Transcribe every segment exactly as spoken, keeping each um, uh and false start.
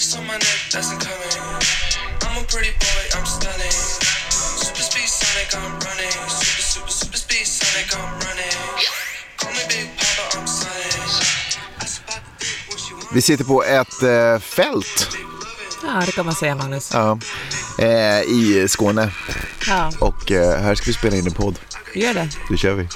ice on my neck doesn't come in. I'm a pretty boy, I'm stunning. Super speed Sonic, I'm running. Super, super, super speed Sonic, I'm running. Call me Big Papa, I'm Sonic. Vi sitter på ett eh, fält. Ja, det kan man säga, Magnus. Ja, eh, i Skåne. Ja. Och eh, här ska vi spela in en podd. Gör det. Då kör vi.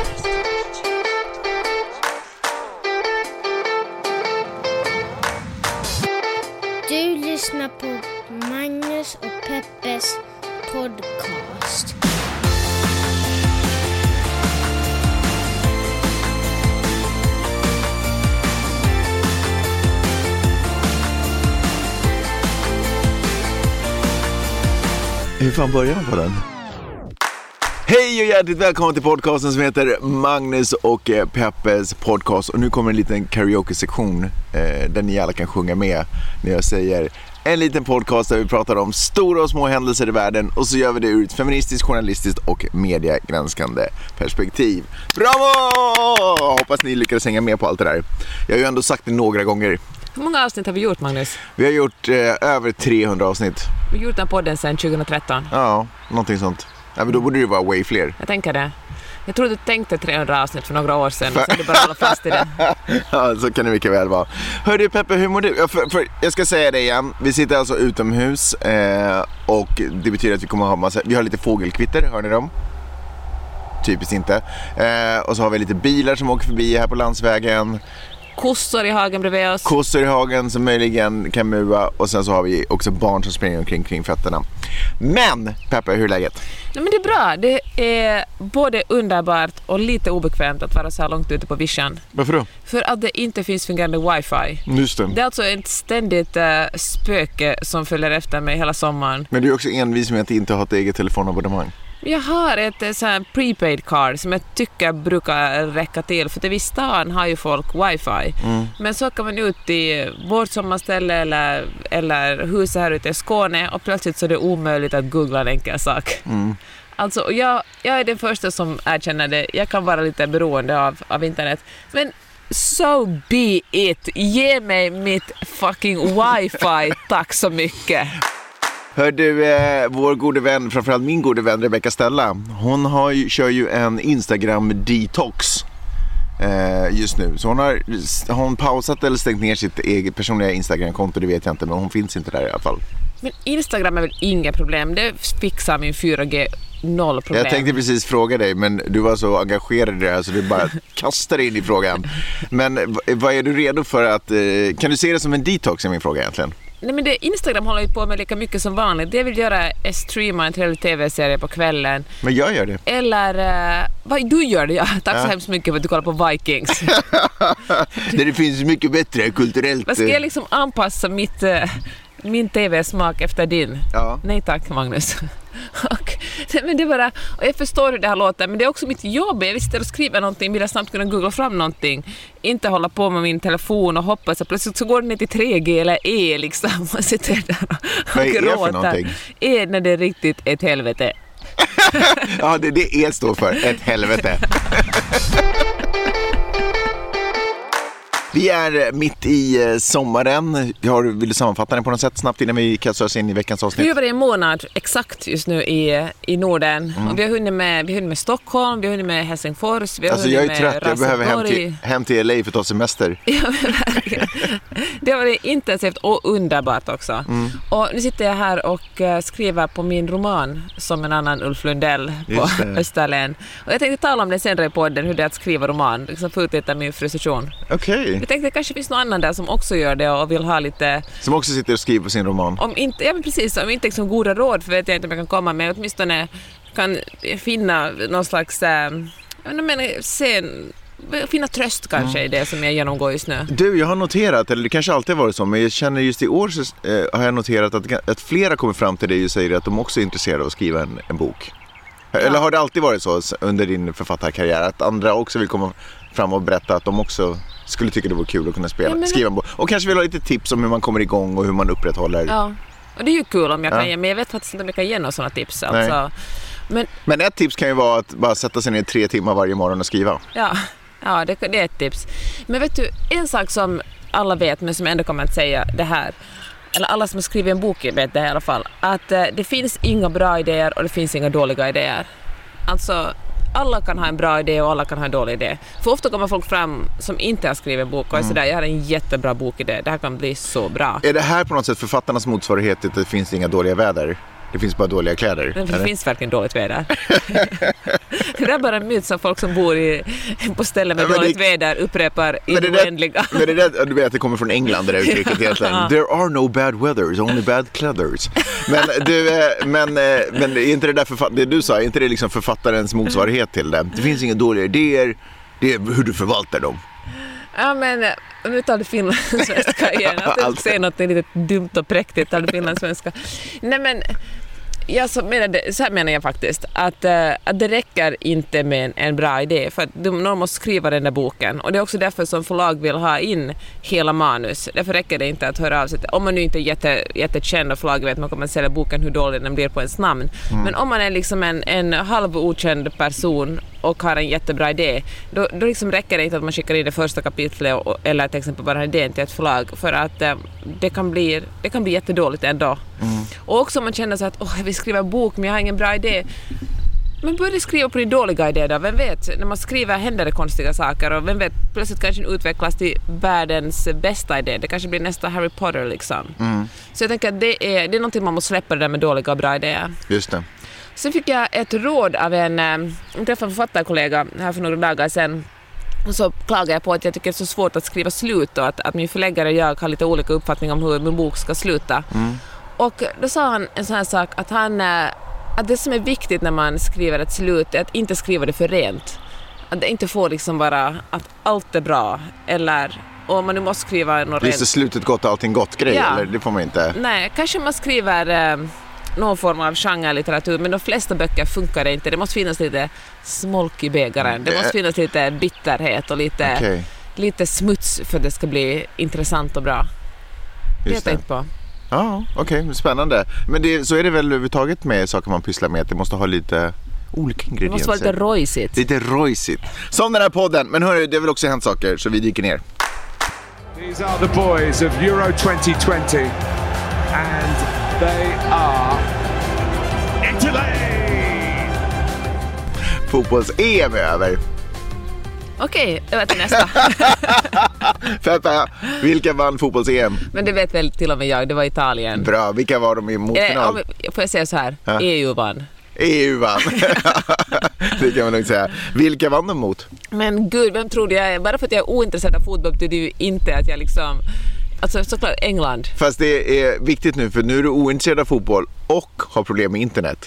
Du lyssnar på Magnus och Peppes podcast. Hur fan börjar man på den? Hej och hjärtligt välkommen till podcasten som heter Magnus och Peppes podcast. Och nu kommer en liten karaoke-sektion eh, där ni alla kan sjunga med när jag säger en liten podcast där vi pratar om stora och små händelser i världen. Och så gör vi det ur ett feministiskt, journalistiskt och mediegranskande perspektiv. Bravo! Hoppas ni lyckades hänga med på allt det där. Jag har ju ändå sagt det några gånger. Hur många avsnitt har vi gjort, Magnus? Vi har gjort eh, över trehundra avsnitt. Vi har gjort den podden sedan tjugohundratretton. Ja, någonting sånt. Ja, men då borde det vara way fler. Jag tänker det. Jag tror du tänkte trehundra avsnitt för några år sedan. Och så är det bara hålla fast i det. Ja, så kan det mycket väl vara. Hörru Peppe, hur mår du? Ja, för, för, jag ska säga det igen. Vi sitter alltså utomhus. Eh, och det betyder att vi kommer ha massa... Vi har lite fågelkvitter, hör ni dem? Typiskt inte. Eh, och så har vi lite bilar som åker förbi här på landsvägen. Kossor i hagen bredvid oss. Kossor i hagen som möjligen kan mua. Och sen så har vi också barn som springer omkring kring fötterna. Men, Peppe, hur är läget? Nej, men det är bra. Det är både underbart och lite obekvämt att vara så här långt ute på vischan. Varför då? För att det inte finns fungerande wifi. Just det. Det är alltså ett ständigt uh, spöke som följer efter mig hela sommaren. Men du är också envis med att inte ha ett eget telefonabonnemang. Jag har ett så här prepaid card som jag tycker brukar räcka till. För till stan har ju folk wifi. Mm. Men så kan man ut i vårt sommarställe eller, eller huset här ute i Skåne och plötsligt så är det omöjligt att googla en enkel sak. Mm. Alltså, jag, jag är den första som erkänner det. Jag kan vara lite beroende av, av internet. Men so be it. Ge mig mitt fucking wifi. Tack så mycket. Hör du, eh, vår gode vän, framförallt min gode vän Rebecca Stella, hon har ju, kör ju en Instagram-detox eh, just nu. Så hon har, har hon pausat eller stängt ner sitt eget personliga Instagram-konto, det vet jag inte, men hon finns inte där i alla fall. Men Instagram är väl inga problem, det fixar min fyra G. Noll problem. Jag tänkte precis fråga dig, men du var så engagerad i det här så du bara kastade in i frågan. Men vad är du redo för att, eh, kan du se det som en detox, är min fråga egentligen? Nej, men det, Instagram håller ju på med lika mycket som vanligt. Det jag vill göra är streama en trevlig tv-serie på kvällen. Men jag gör det. Eller, uh, vad du gör det, ja. Tack ja. Så hemskt mycket för att du kollar på Vikings. Det finns mycket bättre kulturellt. Vad ska jag liksom anpassa mitt, uh, min tv-smak efter din? Ja. Nej tack, Magnus. Och, men det är bara, och jag förstår hur det här låter, men det är också mitt jobb. Jag visste att skriva någonting, vill jag snabbt kunna googla fram någonting. Inte hålla på med min telefon och hoppas att plötsligt så går den ner till tre G eller E liksom. Man sitter där och vad är gråter. E för någonting? E när det är riktigt ett helvete. Ja, det är det E står för, ett helvete. Vi är mitt i sommaren. Vill du sammanfatta den på något sätt snabbt innan vi kastar oss in i veckans avsnitt? Vi jobbar i en månad exakt just nu i, i Norden. Mm. Och vi har hunnit med, vi har hunnit med Stockholm, vi har hunnit med Helsingfors, vi har alltså, hunnit med jag är trött, jag behöver hem till, hem till L A för att ta semester. Ja, verkligen. Det har varit intensivt och underbart också. Mm. Och nu sitter jag här och skriver på min roman som en annan Ulf Lundell på Österlen. Och jag tänkte tala om det senare i podden, hur det är att skriva roman. Liksom få ut lite min frustration. Okej. Okay. Jag tänkte att det kanske finns någon annan där som också gör det och vill ha lite... Som också sitter och skriver på sin roman. Om inte, ja men precis, om inte liksom goda råd för vet jag inte om jag kan komma med. Åtminstone kan finna någon slags... Äh, jag menar, se, finna tröst kanske mm. i det som jag genomgår just nu. Du, jag har noterat, eller det kanske alltid varit så, men jag känner just i år så äh, har jag noterat att, att flera kommer fram till dig och säger att de också är intresserade av att skriva en, en bok. Ja. Eller har det alltid varit så under din författarkarriär att andra också vill komma fram och berätta att de också skulle tycka det var kul att kunna spela, ja, men... skriva en bok. Och kanske vill ha lite tips om hur man kommer igång och hur man upprätthåller. Ja, och det är ju kul om jag kan ja. ge, men jag vet faktiskt inte om jag kan ge några sådana tips. Alltså. Men... men ett tips kan ju vara att bara sätta sig ner i tre timmar varje morgon och skriva. Ja, ja det, det är ett tips. Men vet du, en sak som alla vet men som ändå kommer att säga det här. eller alla som har skrivit en bok vet det i alla fall, att eh, det finns inga bra idéer och det finns inga dåliga idéer. Alltså, alla kan ha en bra idé och alla kan ha en dålig idé. För ofta kommer folk fram som inte har skrivit en bok och är sådär, jag har en jättebra bokidé, det här kan bli så bra. Är det här på något sätt författarnas motsvarighet till att det finns inga dåliga väder? Det finns bara dåliga kläder. Men det eller? Finns verkligen dåligt väder. Det är bara en myt som folk som bor i, på ställen med men dåligt det, väder upprepar i det oändliga. Men det där, du vet att det kommer från England det där uttrycket egentligen. Ja. There are no bad weathers, only bad cleathers. Men du, men, men är inte det där författ- det du sa, är inte det liksom författarens motsvarighet till det? Det finns inga dåliga idéer, det är hur du förvaltar dem. Ja, men nu tar du finlandssvenska igen. Att du säger något lite dumt och präktigt tar du finlandssvenska. Nej, men jag så, menar det, så här menar jag faktiskt att, äh, att det räcker inte med en, en bra idé för att du, någon måste skriva den där boken och det är också därför som förlag vill ha in hela manus. Därför räcker det inte att höra av sig. Om man nu inte är jätte, jättekänd och förlag vet man kommer sälja boken hur dålig den blir på ens namn. Mm. Men om man är liksom en, en halv okänd person och har en jättebra idé, då, då liksom räcker det inte att man skickar in det första kapitlet och, eller till exempel bara idén till ett förlag för att äh, det, kan bli, det kan bli jättedåligt ändå. Mm. Och också om man känner så att åh, jag vill skriva en bok men jag har ingen bra idé. Men börja skriva på din dåliga idé då. Vem vet, när man skriver händer det konstiga saker och vem vet, plötsligt kanske den utvecklas till världens bästa idé. Det kanske blir nästa Harry Potter liksom. Mm. Så jag tänker att det är, det är någonting man måste släppa det där med dåliga och bra idéer. Just det. Sen fick jag ett råd av en, en träffad författarkollega här för några dagar sedan. Och så klagade jag på att jag tycker det är så svårt att skriva slut och att, att min förläggare och jag har lite olika uppfattning om hur min bok ska sluta. Mm. Och då sa han en sån här sak att, han, att det som är viktigt när man skriver ett slut är att inte skriva det för rent. Att det inte får liksom bara att allt är bra eller om man nu måste skriva något rent. Just det, slutet gott och allting gott grej, ja. Eller det får man inte. Nej, kanske man skriver eh, någon form av genre-litteratur men de flesta böcker funkar det inte. Det måste finnas lite smolk i bägaren. Det måste finnas lite bitterhet och lite, okay. lite smuts för att det ska bli intressant och bra. Det har jag tänkt på. Ja, okej, okay, spännande. Men det, så är det väl överhuvudtaget med saker man pysslar med. Det måste ha lite olika ingredienser. Det måste vara lite rojsigt. Lite rojsigt. Som den här podden. Men hörru, det har väl också hänt saker så vi dyker ner. These are the boys of Euro twenty twenty. And they are Italy! Fotbolls-E M är över. Okej, det var till nästa. Peppe, vilka vann fotbolls-E M? Men det vet väl till och med jag, det var Italien. Bra, vilka var de i motfinal? Eh, får jag säga så här, ja. E U vann. E U vann. Det kan man nog säga. Vilka vann de mot? Men gud, vem trodde jag? Bara för att jag är ointresserad av fotboll betyder ju inte att jag liksom... Alltså såklart England. Fast det är viktigt nu för nu är du ointresserad av fotboll och har problem med internet.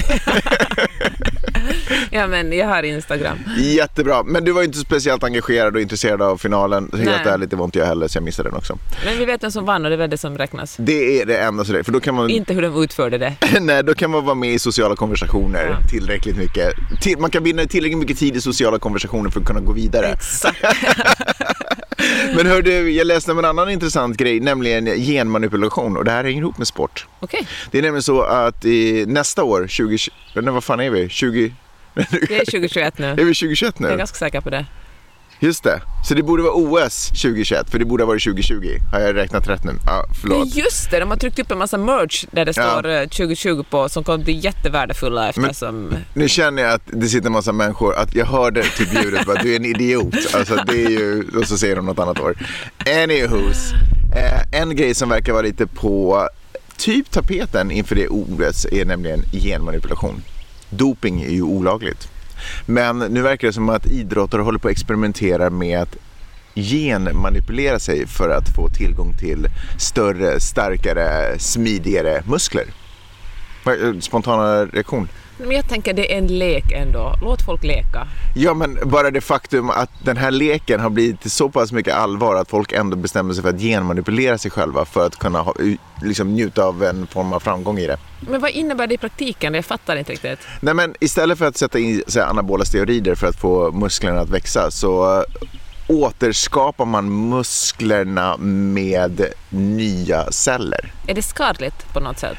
Ja, men jag har Instagram. Jättebra, men du var inte speciellt engagerad och intresserad av finalen. Helt Nej. ärligt, det var inte jag heller så jag missade den också. Men vi vet vem som vann och det är väl det som räknas. Det är det enda så det, för då kan man... Inte hur de utförde det. Nej, då kan man vara med i sociala konversationer ja. tillräckligt mycket. Till, man kan vinna tillräckligt mycket tid i sociala konversationer för att kunna gå vidare. Exakt. Men hör du, jag läste om en annan intressant grej, nämligen genmanipulation och det här hänger ihop med sport. Okay. Det är nämligen så att i nästa år, tjugo, nej, vad fan är vi? tjugo Det är tjugohundratjugoett nu. Är vi tjugohundratjugoett nu? Jag är ganska säker på det. Just det. Så det borde vara O S tjugohundratjugoett för det borde ha varit tjugohundratjugo. Har jag räknat rätt nu? Ja, förlåt. Just det, de har tryckt upp en massa merch där det står ja. tjugohundratjugo på som kommer bli jättevärdefulla eftersom... Men, nu känner jag att det sitter en massa människor att jag hörde till ljudet att du är en idiot. Alltså det är ju... Och så säger de något annat år. Anywho's. Eh, en grej som verkar vara lite på typ tapeten inför det O S är nämligen genmanipulation. Doping är ju olagligt. Men nu verkar det som att idrottare håller på att experimentera med att genmanipulera sig för att få tillgång till större, starkare, smidigare muskler. Spontana reaktion. Men jag tänker det är en lek ändå. Låt folk leka. Ja, men bara det faktum att den här leken har blivit så pass mycket allvar att folk ändå bestämmer sig för att genmanipulera sig själva för att kunna ha, liksom, njuta av en form av framgång i det. Men vad innebär det i praktiken? Jag fattar inte riktigt. Nej, men istället för att sätta in så här, anabola steroider för att få musklerna att växa så återskapar man musklerna med nya celler. Är det skadligt på något sätt?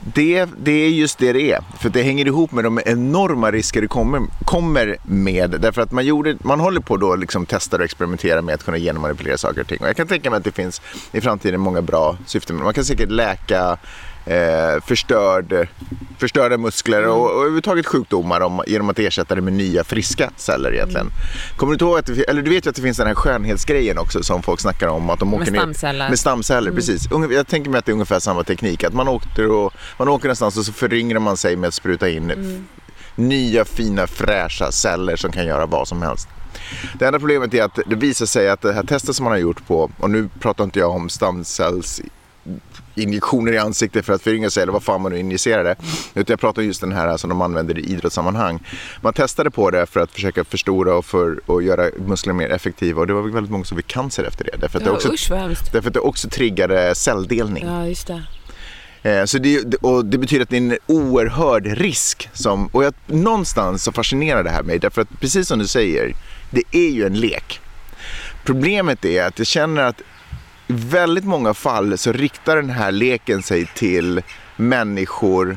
det, det är just det det är. För det hänger ihop med de enorma risker det kommer, kommer med. Därför att man, gjorde, man håller på då liksom testar och experimenterar med att kunna genommanipulera saker och ting. Och jag kan tänka mig att det finns i framtiden många bra syften. Man kan säkert läka eh, förstörd, förstörda muskler och, och överhuvudtaget sjukdomar om, genom att ersätta det med nya friska celler egentligen. Mm. Kommer du ihåg att det, eller du vet ju att det finns den här skönhetsgrejen också som folk snackar om att de med åker stamceller. ner med stamceller, mm. precis. Jag tänker mig att det är ungefär samma teknik, att man åker och man åker någonstans och så föryngrar man sig med att spruta in mm. nya fina fräscha celler som kan göra vad som helst. Det enda problemet är att det visar sig att det här testet som man har gjort på, och nu pratar inte jag om stamcells injektioner i ansiktet för att föryngra sig eller vad fan man nu injicerar det, utan jag pratar just den här som de använder i idrottssammanhang. Man testade på det för att försöka förstora och, för, och göra muskler mer effektiva, och det var väldigt många som fick cancer efter det, därför att, ja, det, också, usch, därför att det också triggade celldelning. Ja, just det. Så det, och det betyder att det är en oerhörd risk som, och jag, någonstans så fascinerar det här mig, därför att precis som du säger, det är ju en lek. Problemet är att jag känner att i väldigt många fall så riktar den här leken sig till människor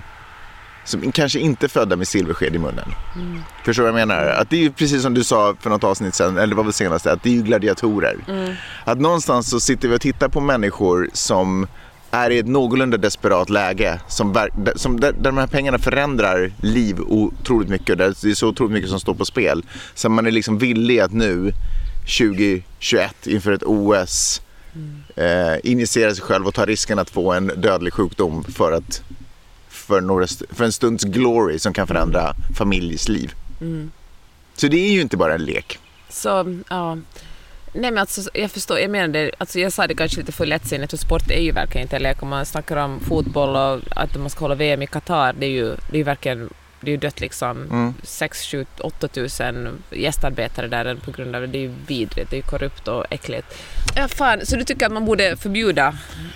som kanske inte är födda med silversked i munnen. Mm. Förstår vad jag menar? Att det är ju precis som du sa för något avsnitt sedan, eller vad var det senaste, att det är ju gladiatorer. Mm. Att någonstans så sitter vi och tittar på människor som är i ett någorlunda desperat läge som, som där, där de här pengarna förändrar liv otroligt mycket. Där det är så otroligt mycket som står på spel. Så man är liksom villig att nu tjugo tjugoett inför ett O S mm. eh, injicera sig själv och ta risken att få en dödlig sjukdom för, att, för, några, för en stunds glory som kan förändra familjens liv. Mm. Så det är ju inte bara en lek. Så, ja... Nej, men alltså, jag förstår, jag menar det, alltså jag sa det kanske lite för lättsinnigt, för sport är ju verkligen inte en lek. Om man snackar om fotboll och att man ska hålla V M i Qatar, det är ju, det är ju verkligen, det är ju dött liksom mm. sex, sju, åtta tusen gästarbetare där på grund av det. Det är ju vidrigt, det är ju korrupt och äckligt. Ja, fan, så du tycker att man borde förbjuda?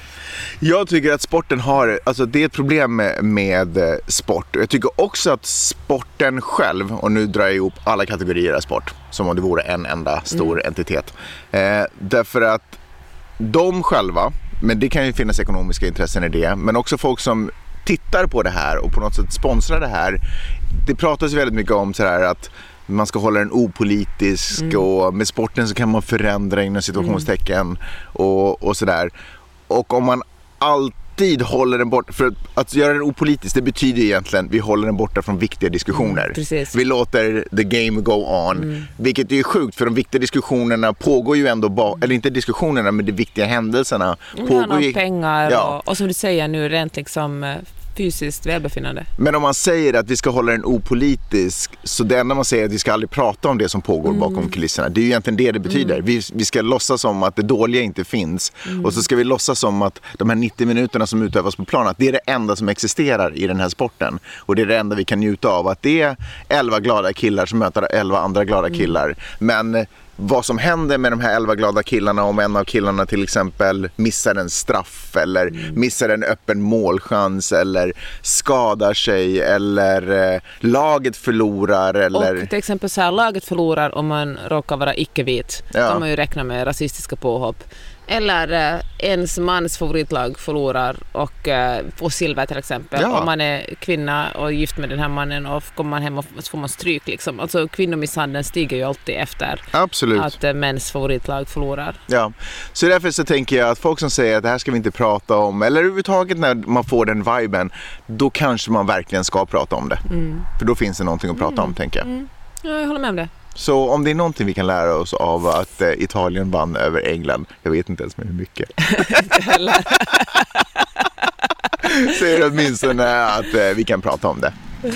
Jag tycker att sporten har, alltså det är ett problem med, med sport. Jag tycker också att sporten själv, och nu drar jag ihop alla kategorier av sport som om det vore en enda stor mm. entitet. Eh, därför att de själva, men det kan ju finnas ekonomiska intressen i det, men också folk som tittar på det här och på något sätt sponsrar det här. Det pratas väldigt mycket om så här att man ska hålla den opolitisk mm. och med sporten så kan man förändra inom situationstecken mm. och, och sådär. Och om man alltid håller den bort, för att göra den opolitisk, det betyder egentligen vi håller den borta från viktiga diskussioner. Mm, vi låter the game go on, mm. vilket är sjukt för de viktiga diskussionerna pågår ju ändå, ba- eller inte diskussionerna men de viktiga händelserna mm, pågår ju. Pengar ja. och, och som du säger nu rent liksom fysiskt välbefinnande. Men om man säger att vi ska hålla den opolitisk, så det enda man säger är att vi ska aldrig prata om det som pågår mm. bakom kulisserna. Det är ju egentligen det det betyder. Mm. Vi, vi ska låtsas som att det dåliga inte finns mm. och så ska vi låtsas som att de här nittio minuterna som utövas på planen, att det är det enda som existerar i den här sporten. Och det är det enda vi kan njuta av. Att det är elva glada killar som möter elva andra glada mm. killar. Men vad som händer med de här elva glada killarna om en av killarna till exempel missar en straff eller mm. missar en öppen målchans eller skadar sig eller eh, laget förlorar eller... Och till exempel så här, laget förlorar om man råkar vara icke-vit. Ja. Då kan man ju räkna med rasistiska påhopp. Eller eh, ens mans favoritlag förlorar och eh, får silver till exempel. Ja. Om man är kvinna och gift med den här mannen och kommer man hem och så får man stryk liksom. Alltså kvinnomisshandeln stiger ju alltid efter Absolut. att eh, mäns favoritlag förlorar. Ja, så därför så tänker jag att folk som säger att det här ska vi inte prata om, eller överhuvudtaget när man får den viben, då kanske man verkligen ska prata om det. Mm. För då finns det någonting att prata mm. om, tänker jag. Mm. Ja, jag håller med om det. Så om det är någonting vi kan lära oss av att eh, Italien vann över England, jag vet inte ens med hur mycket. Inte heller. Så är det åtminstone att eh, vi kan prata om det.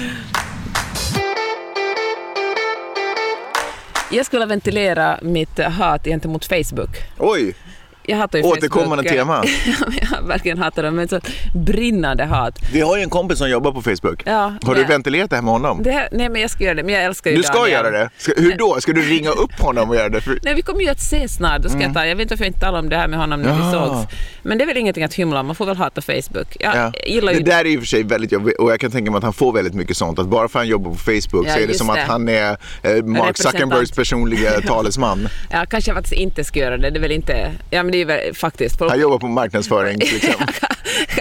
Jag skulle ventilera mitt hat gentemot Facebook. Oj! Jag hatar ju återkommande Facebook. tema. Jag verkligen hatar det, men så brinnande hat. Vi har ju en kompis som jobbar på Facebook. Ja, har det. du ventilerat det här med honom? Det, nej, men jag ska göra det. Men jag älskar ju Du ska Daniel. göra det? Ska, hur då? Ska du ringa upp honom och göra det? För... Nej, vi kommer ju att se snart. Då ska mm. jag, ta, jag vet inte varför jag inte talar om det här med honom när ja. vi sågs. Men det är väl ingenting att hymla. Man får väl hata Facebook. Jag ja. gillar ju... Det där är i och för sig väldigt jobbigt. Och jag kan tänka mig att han får väldigt mycket sånt. Att bara för att han jobbar på Facebook ja, så är det som det. att han är eh, Mark Zuckerbergs personliga talesman. Ja, kanske jag faktiskt inte ska göra det. Det är väl inte... Ja, men det är väl faktiskt... Han jobbar på marknadsföring liksom.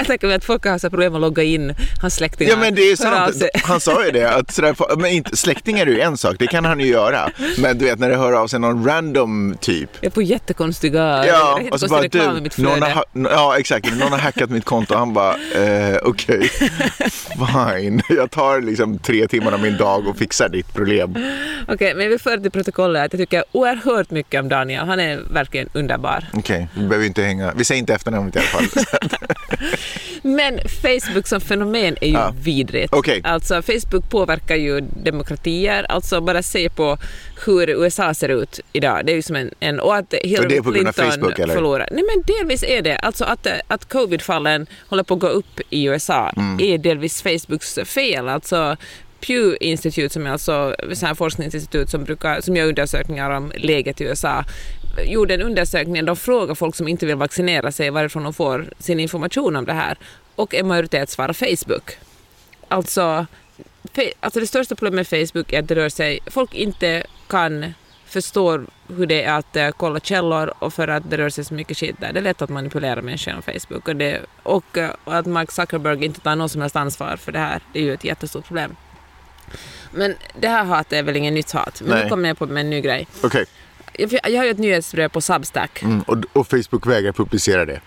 Jag tänker mig att folk har så problem att logga in hans släktingar. Ja, men det är sant. Han sa ju det. Att sådär, men inte, släktingar är ju en sak, det kan han ju göra. Men du vet, när det hör av sig någon random typ. Jag är på jättekonstiga, ja, och så bara, du, i mitt någon har, ja, exakt. Någon har hackat mitt konto och han bara, eh, okej, okay. Fine. Jag tar liksom tre timmar av min dag och fixar ditt problem. Okej, okay, men vi för till protokollet att jag tycker oerhört mycket om Daniel. Han är verkligen underbar. Okej, okay, vi behöver inte hänga. Vi säger inte efternamnet i alla fall. Men Facebook som fenomen är ju ja. vidrigt. Okay. Alltså Facebook påverkar ju demokratier. Alltså bara se på hur U S A ser ut idag. Det är ju som en... en och att Hillary det är på grund av Clinton Facebook, eller? förlorar. Nej, men delvis är det. Alltså att, att covid-fallen håller på att gå upp i U S A mm. är delvis Facebooks fel. Alltså Pew Institute, som är alltså ett forskningsinstitut som, brukar, som gör undersökningar om läget i U S A, gjorde en undersökning. De frågar folk som inte vill vaccinera sig varifrån de får sin information om det här. Och en majoritet svarar Facebook. Alltså, fe- alltså det största problemet med Facebook är att det rör sig... Folk inte kan förstå hur det är att uh, kolla källor, och för att det rör sig så mycket skit där. Det är lätt att manipulera människor på Facebook. Och, det, och, uh, och att Mark Zuckerberg inte tar någon som helst ansvar för det här, det är ju ett jättestort problem. Men det här hatet är väl ingen nytt hat. Men Nej. nu kommer jag på med en ny grej. Okej. Okay. Jag, jag har ju ett nyhetsbrev på Substack. Mm, och, och Facebook vägrar publicera det.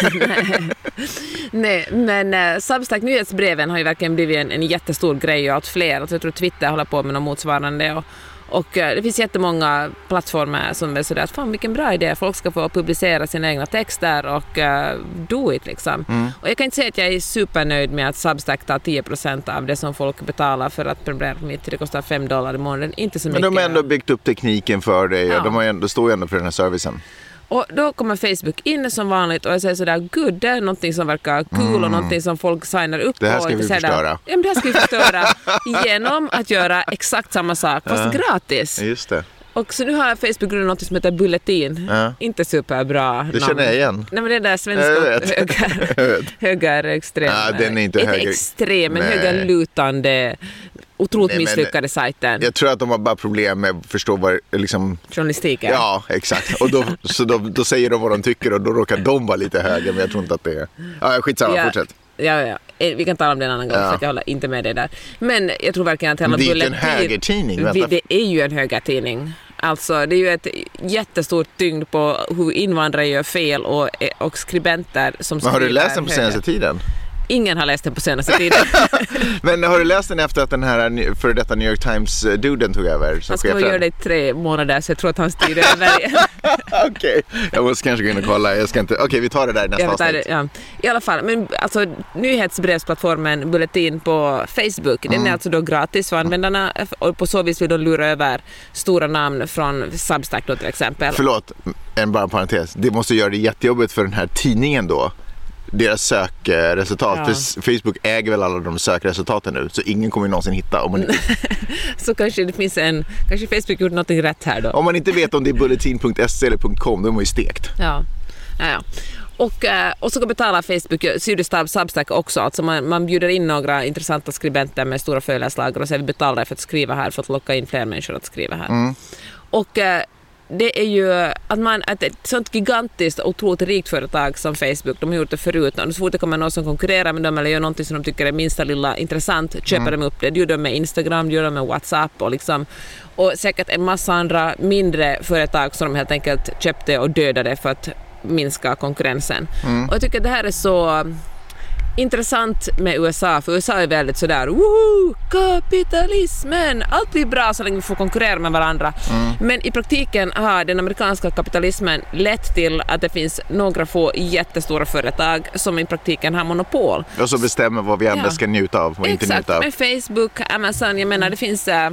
Nej, men uh, Substack nyhetsbreven har ju verkligen blivit en, en jättestor grej, och allt fler. Alltså, jag tror Twitter håller på med något motsvarande, och, och uh, det finns jättemånga plattformar som är sådär att fan vilken bra idé, folk ska få publicera sina egna texter och uh, do it liksom. Mm. Och jag kan inte säga att jag är supernöjd med att Substack tar tio procent av det som folk betalar för att prenumerera på mitt. Det kostar fem dollar i månaden, inte så mycket. Men de har ändå byggt upp tekniken för dig, ja. och de har ändå, står ju ändå för den här servicen. Och då kommer Facebook in som vanligt och jag säger sådär, gud, det är någonting som verkar kul cool mm. och någonting som folk signar upp på. Det här ska vi förstöra. Ja, men det här ska vi förstöra genom att göra exakt samma sak, fast ja. gratis. Just det. Och så nu har Facebook grundat något som heter Bulletin. Ja. Inte superbra namn. Det känner jag igen. Nej, men det där svenska höger, höger extrem. Ja, den är inte höger. extrem, men högerlutande, otroligt Nej, misslyckade sajten. Jag tror att de har bara problem med att förstå vad liksom... journalistiken. Ja, exakt. Och då, så då, då säger de vad de tycker, och då råkar de vara lite höger, men jag tror inte att det är... Ja, skitsamma, ja. fortsätt. Ja, ja. Vi kan tala om det en annan gång, ja. för att jag håller inte med dig där. Men jag tror verkligen att hela det är Bulletin... inte en högertidning, vänta. Det är ju en högertidning. Alltså, det är ju ett jättestort tyngd på hur invandrare gör fel, och, och skribenter som... Men har du läst den på senaste höger. tiden? Ingen har läst den på senaste tiden. Men har du läst den efter att den här före detta New York Times-duden tog över? Han ska göra det i tre månader, så jag tror att han styr över. Okej, okay. Jag måste kanske gå in och kolla. Jag ska inte... Okej, okay, vi tar det där i nästa avsnitt. Det, ja. I alla fall, men alltså nyhetsbrevsplattformen Bulletin på Facebook, mm. den är alltså då gratis för användarna, och på så vis vill de lura över stora namn från Substack då till exempel. Förlåt, en bara parentes. Det måste göra det jättejobbigt för den här tidningen då. Deras sökresultat, ja. för Facebook äger väl alla de sökresultaten nu, så ingen kommer någonsin hitta om man inte... Så kanske det finns en, kanske Facebook gjort något rätt här då. Om man inte vet om det är bulletin punkt se eller .com, då är man ju stekt. Ja, ja, ja. Och, och så kan betala Facebook, Sydstab Substack också, alltså man, man bjuder in några intressanta skribenter med stora följarslagare och så vi betalar för att skriva här, för att locka in fler människor att skriva här. Mm. Och det är ju att man att ett sånt gigantiskt otroligt rikt företag som Facebook, de har gjort det förut, och så fort det kommer någon som konkurrerar med dem eller gör någonting som de tycker är minsta lilla intressant, köper mm. de upp det. Det gör de med Instagram, det gör de med WhatsApp och liksom, och säkert en massa andra mindre företag som de helt enkelt köpte och dödade för att minska konkurrensen. Mm. Och jag tycker att det här är så intressant med U S A, för U S A är väldigt sådär woho, kapitalismen, allt blir bra så länge vi får konkurrera med varandra. Mm. Men i praktiken har den amerikanska kapitalismen lett till att det finns några få jättestora företag som i praktiken har monopol. Och så bestämmer vad vi andra ja. ska njuta av och Exakt, inte njuta av. Med Facebook, Amazon, jag menar det finns uh,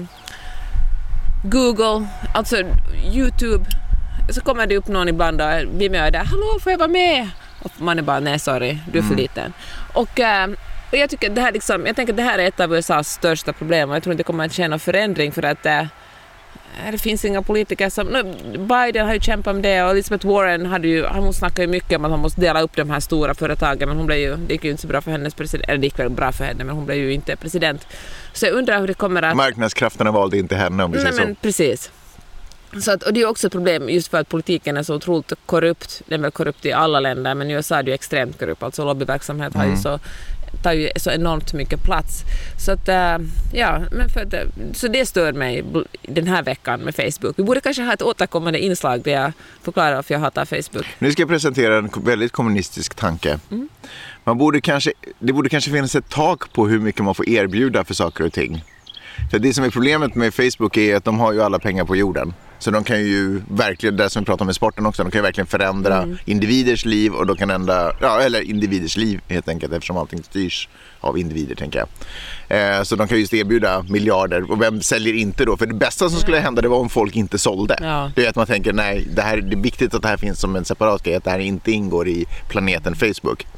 Google, alltså YouTube, så kommer det upp någon ibland och vi möter, hallå får jag vara med? Och man är bara, nej sorry, du är för mm. liten. Och, äh, och jag tycker det här liksom, jag tänker att det här är ett av U S A:s största problem, och jag tror inte det kommer att ske någon förändring, för att äh, det finns inga politiker som, no, Biden har ju kämpat med det, och Elizabeth Warren hade ju, hon snackar ju mycket om att man måste dela upp de här stora företagen, men hon blev ju, det gick ju inte så bra för hennes president, eller det gick väl bra för henne, men hon blev ju inte president. Så jag undrar hur det kommer att... Marknadskrafterna valde inte henne, om vi säger nej, men så. Precis. Så att, och det är också ett problem just för att politiken är så otroligt korrupt. Den är väl korrupt i alla länder, men i U S A är det ju extremt korrupt. Alltså lobbyverksamhet har ju Mm. så, tar ju så enormt mycket plats. Så att, äh, ja, men för att, äh, så det stör mig bl- den här veckan med Facebook. Vi borde kanske ha ett återkommande inslag där jag förklarar varför jag hatar Facebook. Nu ska jag presentera en väldigt kommunistisk tanke. Mm. Man borde kanske, det borde kanske finnas ett tak på hur mycket man får erbjuda för saker och ting. För det som är problemet med Facebook är att de har ju alla pengar på jorden. Så de kan ju verkligen, det som vi pratar om i sporten också, de kan ju verkligen förändra Mm. individers liv och de kan ändra, ja, eller individers liv helt enkelt, eftersom allting styrs av individer, tänker jag. Eh, så de kan just erbjuda miljarder, och vem säljer inte då? För det bästa som skulle hända, det var om folk inte sålde. Ja. Det är att man tänker, nej, det, här, det är viktigt att det här finns som en separat grej, att det här inte ingår i planeten Facebook.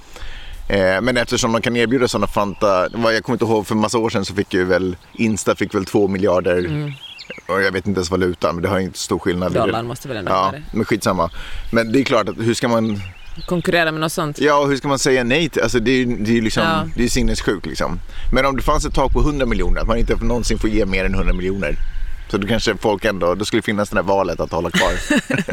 Eh, men eftersom de kan erbjuda sådana fanta, vad jag kommer inte ihåg, för en massa år sedan så fick ju väl Insta fick väl två miljarder. Mm. Och jag vet inte ens valuta, men det har inte stor skillnad. Dollarn måste väl ändå Ja, vara det. men skitsamma. Men det är klart att hur ska man, Konkurrera med något sånt. ja, hur ska man säga nej till, alltså det är ju det är ju liksom, Ja. det är sinnessjukt liksom. Men om det fanns ett tak på hundra miljoner, att man inte någonsin får ge mer än hundra miljoner. Så då kanske folk ändå, då skulle finnas det här valet att hålla kvar.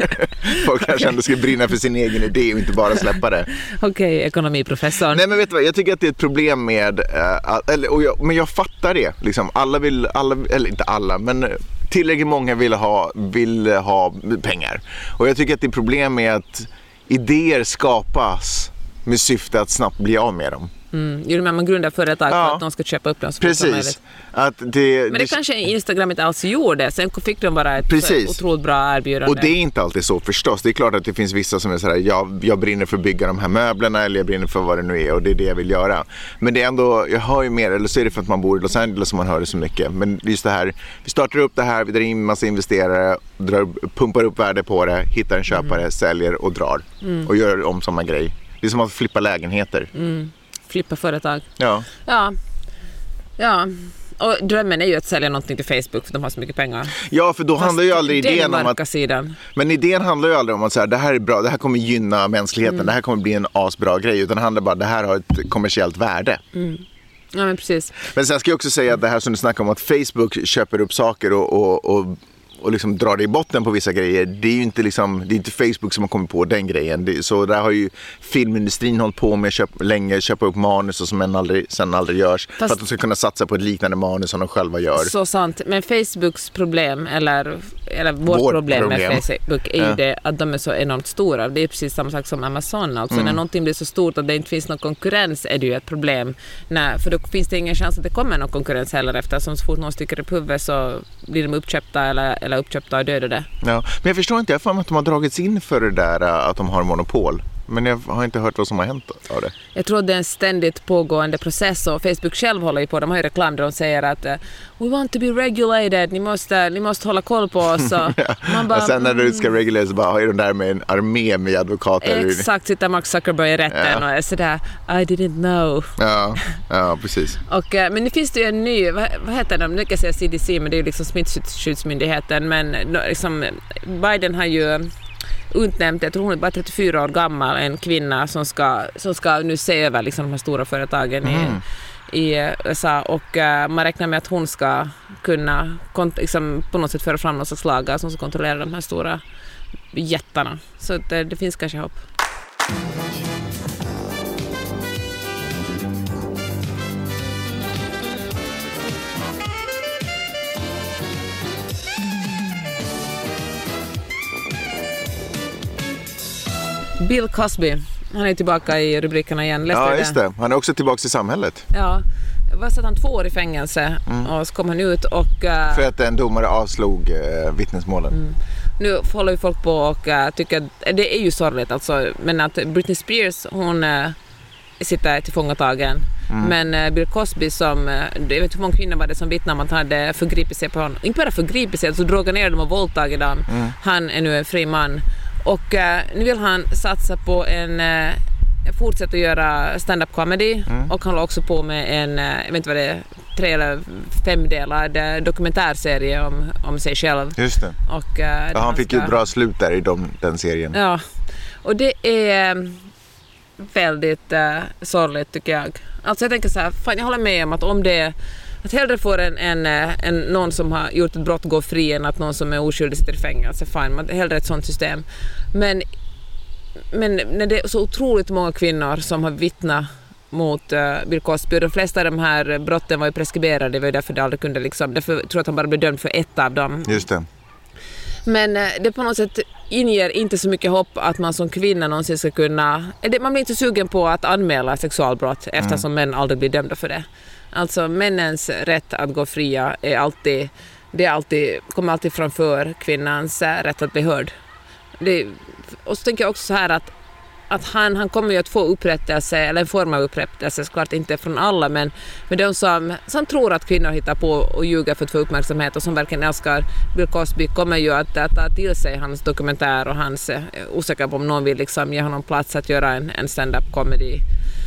Folk kanske ändå skulle brinna för sin egen idé och inte bara släppa det. Okej, ekonomiprofessorn. Nej, men vet du vad, jag tycker att det är ett problem med, äh, eller, och jag, men jag fattar det. Liksom, alla vill, alla, eller inte alla, men tillräckligt många vill ha, vill ha pengar. Och jag tycker att det är problem med att idéer skapas med syfte att snabbt bli av med dem. Mm. Jo, men man grundar företag för Ja. att de ska köpa upp dem så fort som Precis. möjligt. Att det, Men det kanske Instagram inte alls gjorde. Sen fick de bara ett Precis. otroligt bra erbjudande. Och det är inte alltid så förstås. Det är klart att det finns vissa som är sådär, jag, jag brinner för att bygga de här möblerna eller jag brinner för vad det nu är och det är det jag vill göra. Men det är ändå, jag hör ju mer, eller så är det för att man bor i Los Angeles som man hör det så mycket. Men just det här, vi startar upp det här, vi drar in massa investerare, drar, pumpar upp värde på det, hittar en köpare, mm. säljer och drar. Mm. Och gör om samma grej. Det är som att flippa lägenheter. Mm. Flippa företag. Ja. Ja. Ja. Och drömmen är ju att sälja någonting till Facebook för de har så mycket pengar. Ja, för då Fast handlar ju aldrig det är idén den om att... mörka sidan. Men idén handlar ju aldrig om att så här, det här är bra, det här kommer gynna mänskligheten, Mm. det här kommer bli en asbra grej, utan det handlar bara, det här har ett kommersiellt värde. Mm. Ja, men precis. Men sen ska jag också säga att det här som du snackar om att Facebook köper upp saker och, och, och, och liksom drar det i botten på vissa grejer, det är ju inte, liksom, det är inte Facebook som har kommit på den grejen. Det, så där har ju filmindustrin hållit på med köp, länge, köpa upp manus och som en aldrig, sen aldrig görs. Fast, för att de ska kunna satsa på ett liknande manus som de själva gör. Så sant. Men Facebooks problem, eller, eller vårt Vårt problem, problem med Facebook är ju Ja. det att de är så enormt stora. Det är precis samma sak som Amazon. Alltså Mm. när någonting blir så stort att det inte finns någon konkurrens är det ju ett problem. Nej, för då finns det ingen chans att det kommer någon konkurrens heller, eftersom så fort någon sticker upp huvudet så blir de uppköpta eller, eller uppköpta och dödade. Ja. Men jag förstår inte, jag får att de har dragits in för det där att de har monopol. Men jag har inte hört vad som har hänt av det. Jag tror att det är en ständigt pågående process och Facebook själv håller ju på. De har ju reklam där de säger att uh, we want to be regulated, ni måste, ni måste hålla koll på oss. Och ja. man bara, och sen när du ska regulera så bara har de där med en armé med advokater. Exakt, sitter Mark Zuckerberg i rätten Ja. och är sådär, I didn't know. Ja, ja precis. Och, uh, men nu finns det ju en ny, vad, vad heter de? Nu kan jag säga C D C, men det är ju liksom smittskyddsmyndigheten. Men no, liksom, Biden har ju utnämnt, jag tror hon är bara trettiofyra år gammal, en kvinna som ska, som ska nu se över liksom, de här stora företagen Mm. i, i U S A och uh, man räknar med att hon ska kunna kont- liksom, på något sätt föra fram någon slags lagar som ska kontrollera de här stora jättarna. Så att, uh, det finns kanske hopp. Bill Cosby, han är tillbaka i rubrikerna igen. Läste Ja, du just det. Han är också tillbaka i samhället. Ja, var satt han två år i fängelse och så kom han ut och... Uh, För att en domare avslog uh, vittnesmålen. Mm. Nu håller ju folk på och uh, tycker att det är ju sorgligt alltså, men att Britney Spears, hon uh, sitter tillfångatagen. Mm. Men uh, Bill Cosby som, uh, jag vet inte hur många kvinnor var det som vittnade om att han hade förgripit sig på honom. Inte bara förgripit sig, alltså drogat ner dem och våldtagit dem. Mm. Han är nu en fri man. Och uh, nu vill han satsa på en... Uh, fortsätta att göra stand-up comedy mm. och han håller också på med en, jag vet inte vad det är, tre eller femdelad dokumentärserie om, om sig själv. Just det. Och, uh, ja, han fick ju ett bra slut där i de, den serien. Ja, och det är väldigt uh, sorgligt tycker jag. Alltså jag tänker så här, fan, jag håller med om att om det Att hellre får en, en, en, någon som har gjort ett brott gå fri än att någon som är oskyldig sitter i fängelse. Fine, man, hellre ett sånt system. Men, men när det är så otroligt många kvinnor som har vittnat mot uh, Bill Cosby, de flesta av de här brotten var ju preskriberade, det var ju därför det aldrig kunde liksom, därför tror jag att han bara blev dömd för ett av dem. Just det. Men uh, det på något sätt inger inte så mycket hopp att man som kvinna någonsin ska kunna, det, man blir inte sugen på att anmäla sexualbrott eftersom mm. män aldrig blir dömda för det. Alltså männens rätt att gå fria är alltid, det är alltid, kommer alltid framför kvinnans rätt att bli hörd. Det, och så tänker jag också så här att att han, han kommer ju att få upprättelse, eller en form av upprättelse, såklart inte från alla, men, men de som, som tror att kvinnor hittar på och ljuger för att få uppmärksamhet och som verkligen älskar Bill Cosby kommer ju att, att ta till sig hans dokumentär och hans, eh, osäker på om någon vill liksom ge honom plats att göra en, en stand-up comedy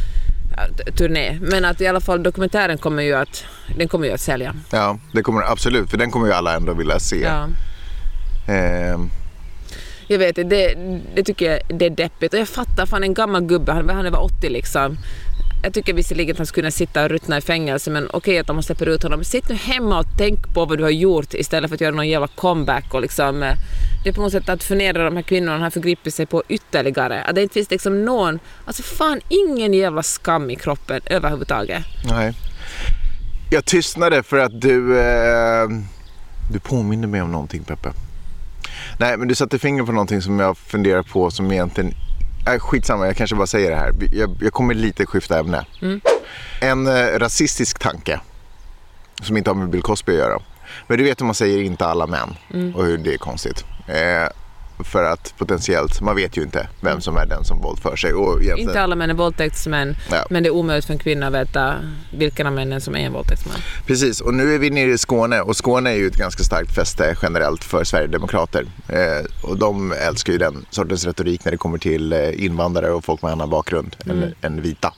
turné, men att i alla fall dokumentären kommer ju att, den kommer ju att sälja. Ja, det kommer absolut, för den kommer ju alla ändå vilja se. Ja. Eh. Jag vet, det, det tycker jag det är deppigt. Och jag fattar, fan en gammal gubbe, han, han var åttio liksom. Jag tycker visserligen att han skulle sitta och ruttna i fängelse, men okej okay, att de släpper ut honom. Sitt nu hemma och tänk på vad du har gjort istället för att göra någon jävla comeback. Och liksom, det är på något sätt att förnedra de här kvinnorna han har förgripit sig på ytterligare. Att det inte finns liksom någon, alltså fan ingen jävla skam i kroppen överhuvudtaget. Nej. Jag tystnade för att du, eh, du påminner mig om någonting, Peppe. Nej, men du satte fingret på någonting som jag funderar på som egentligen är skitsamma, jag kanske bara säger det här. Jag, jag kommer lite skifta ämne. Mm. En eh, rasistisk tanke som inte har med Bill Cosby att göra. Men du vet hur man säger inte alla män mm. och hur det är konstigt. Eh, för att potentiellt, man vet ju inte vem som är den som våldför sig. Och inte alla män är våldtäktsmän, ja. Men det är omöjligt för en kvinna att veta vilken av männen som är en våldtäktsman. Precis, och nu är vi nere i Skåne och Skåne är ju ett ganska starkt fäste generellt för Sverigedemokrater. Eh, och de älskar ju den sortens retorik när det kommer till eh, invandrare och folk med annan bakgrund mm. än, än vita.